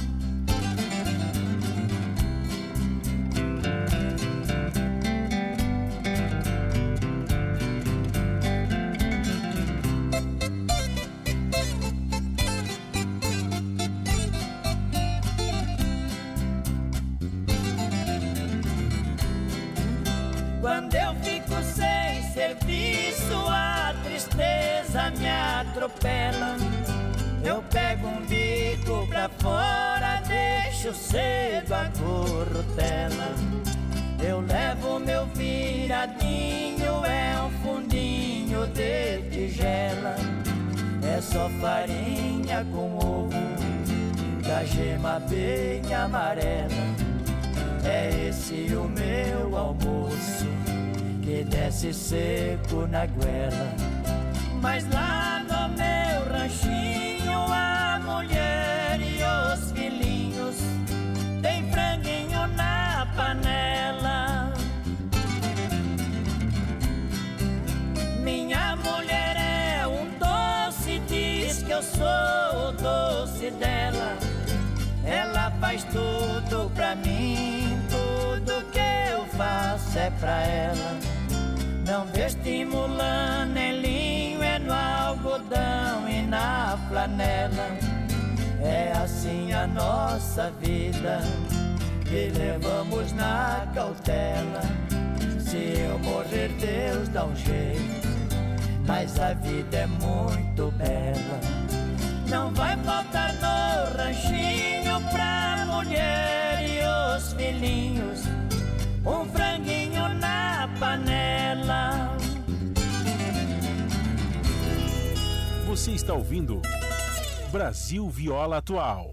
Quando eu fico sem serviço, a tristeza me atropela. Eu pego um bico pra fora, deixo cedo a corrutela. Eu levo meu viradinho, é um fundinho de tigela. É só farinha com ovo, da gema bem amarela. É esse o meu almoço, que desce seco na goela. Mas lá no meu sou o doce dela. Ela faz tudo pra mim, tudo que eu faço é pra ela. Não vestimula nem linho, é no algodão e na flanela. É assim a nossa vida, e levamos na cautela. Se eu morrer, Deus dá um jeito, mas a vida é muito bela. Não vai faltar no ranchinho pra mulher e os filhinhos um franguinho na panela. Você está ouvindo Brasil Viola Atual.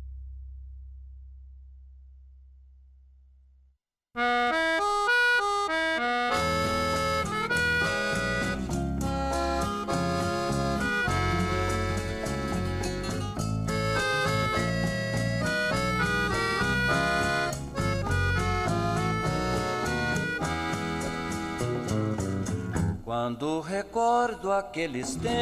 Quando recordo aqueles tempos,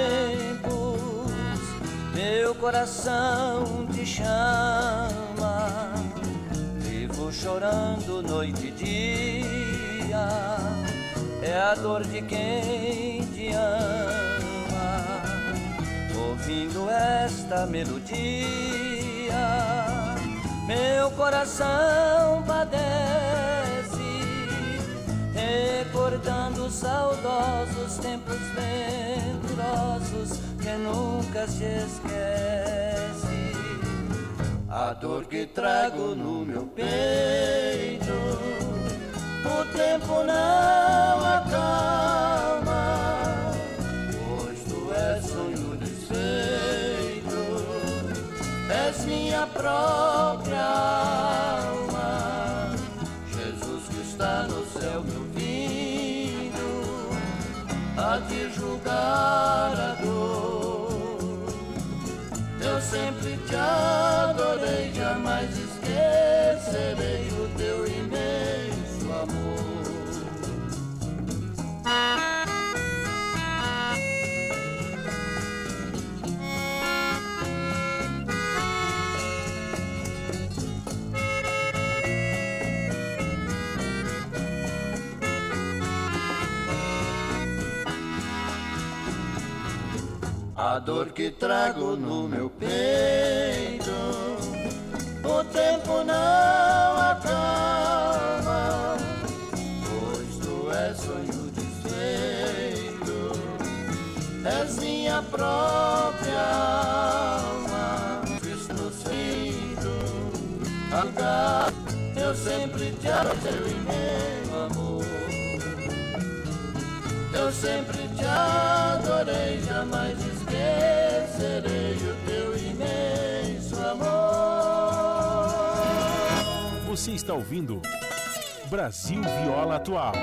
meu coração te chama. Vivo chorando noite e dia, é a dor de quem te ama. Ouvindo esta melodia, meu coração padece, recordando os saudosos tempos venturosos que nunca se esquece. A dor que trago no meu peito, o tempo não acalma, pois tu és sonho desfeito, és minha própria alma. Jesus que está no céu me ouvindo, a te julgar a dor. Eu sempre te adorei, jamais esquecerei o teu imenso amor. A dor que trago no meu peito, o tempo não acalma, pois tu és sonho desfeito, és minha própria alma. Cristo nos filhos, eu sempre te adorei, teu imenso amor. Eu sempre te adorei, jamais esquecerei o teu imenso amor. Você está ouvindo Brasil Viola Atual.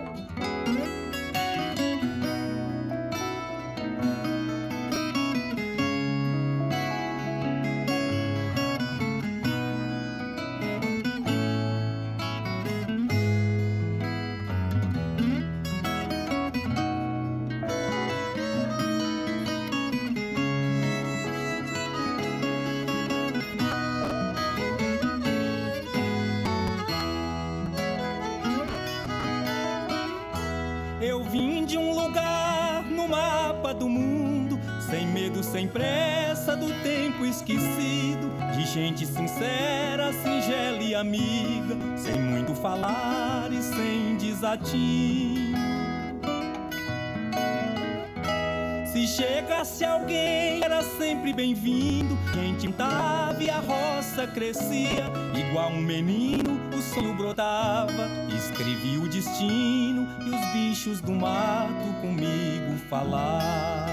Sem pressa do tempo esquecido, de gente sincera, singela e amiga, sem muito falar e sem desatino. Se chegasse alguém, era sempre bem-vindo. Quem tentava e a roça crescia, igual um menino, o sonho brotava. Escrevia o destino e os bichos do mato comigo falavam.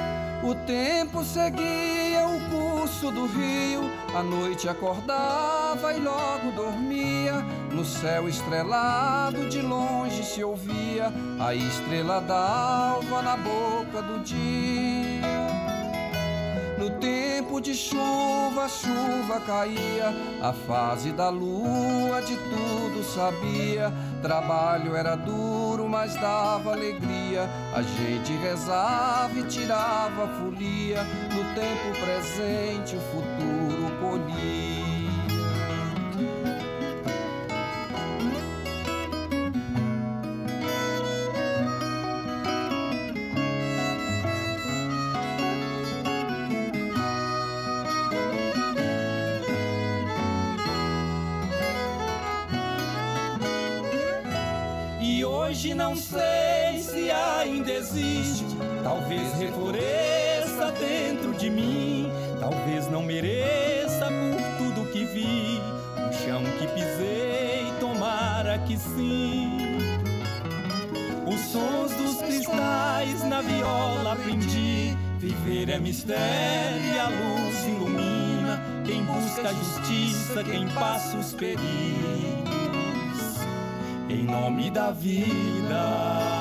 O tempo seguia o curso do rio, a noite acordava acordava e logo dormia. No céu estrelado de longe se ouvia a estrela d'alva na boca do dia. No tempo de chuva, a chuva caía, a fase da lua de tudo sabia. Trabalho era duro, mas dava alegria. A gente rezava e tirava a folia. No tempo presente, o futuro colhia. Hoje não sei se ainda existe, talvez refloresça dentro de mim, talvez não mereça por tudo que vi, o chão que pisei, tomara que sim. Os sons dos cristais na viola aprendi, viver é mistério e a luz ilumina, quem busca a justiça, quem passa os perigos. Em nome da vida.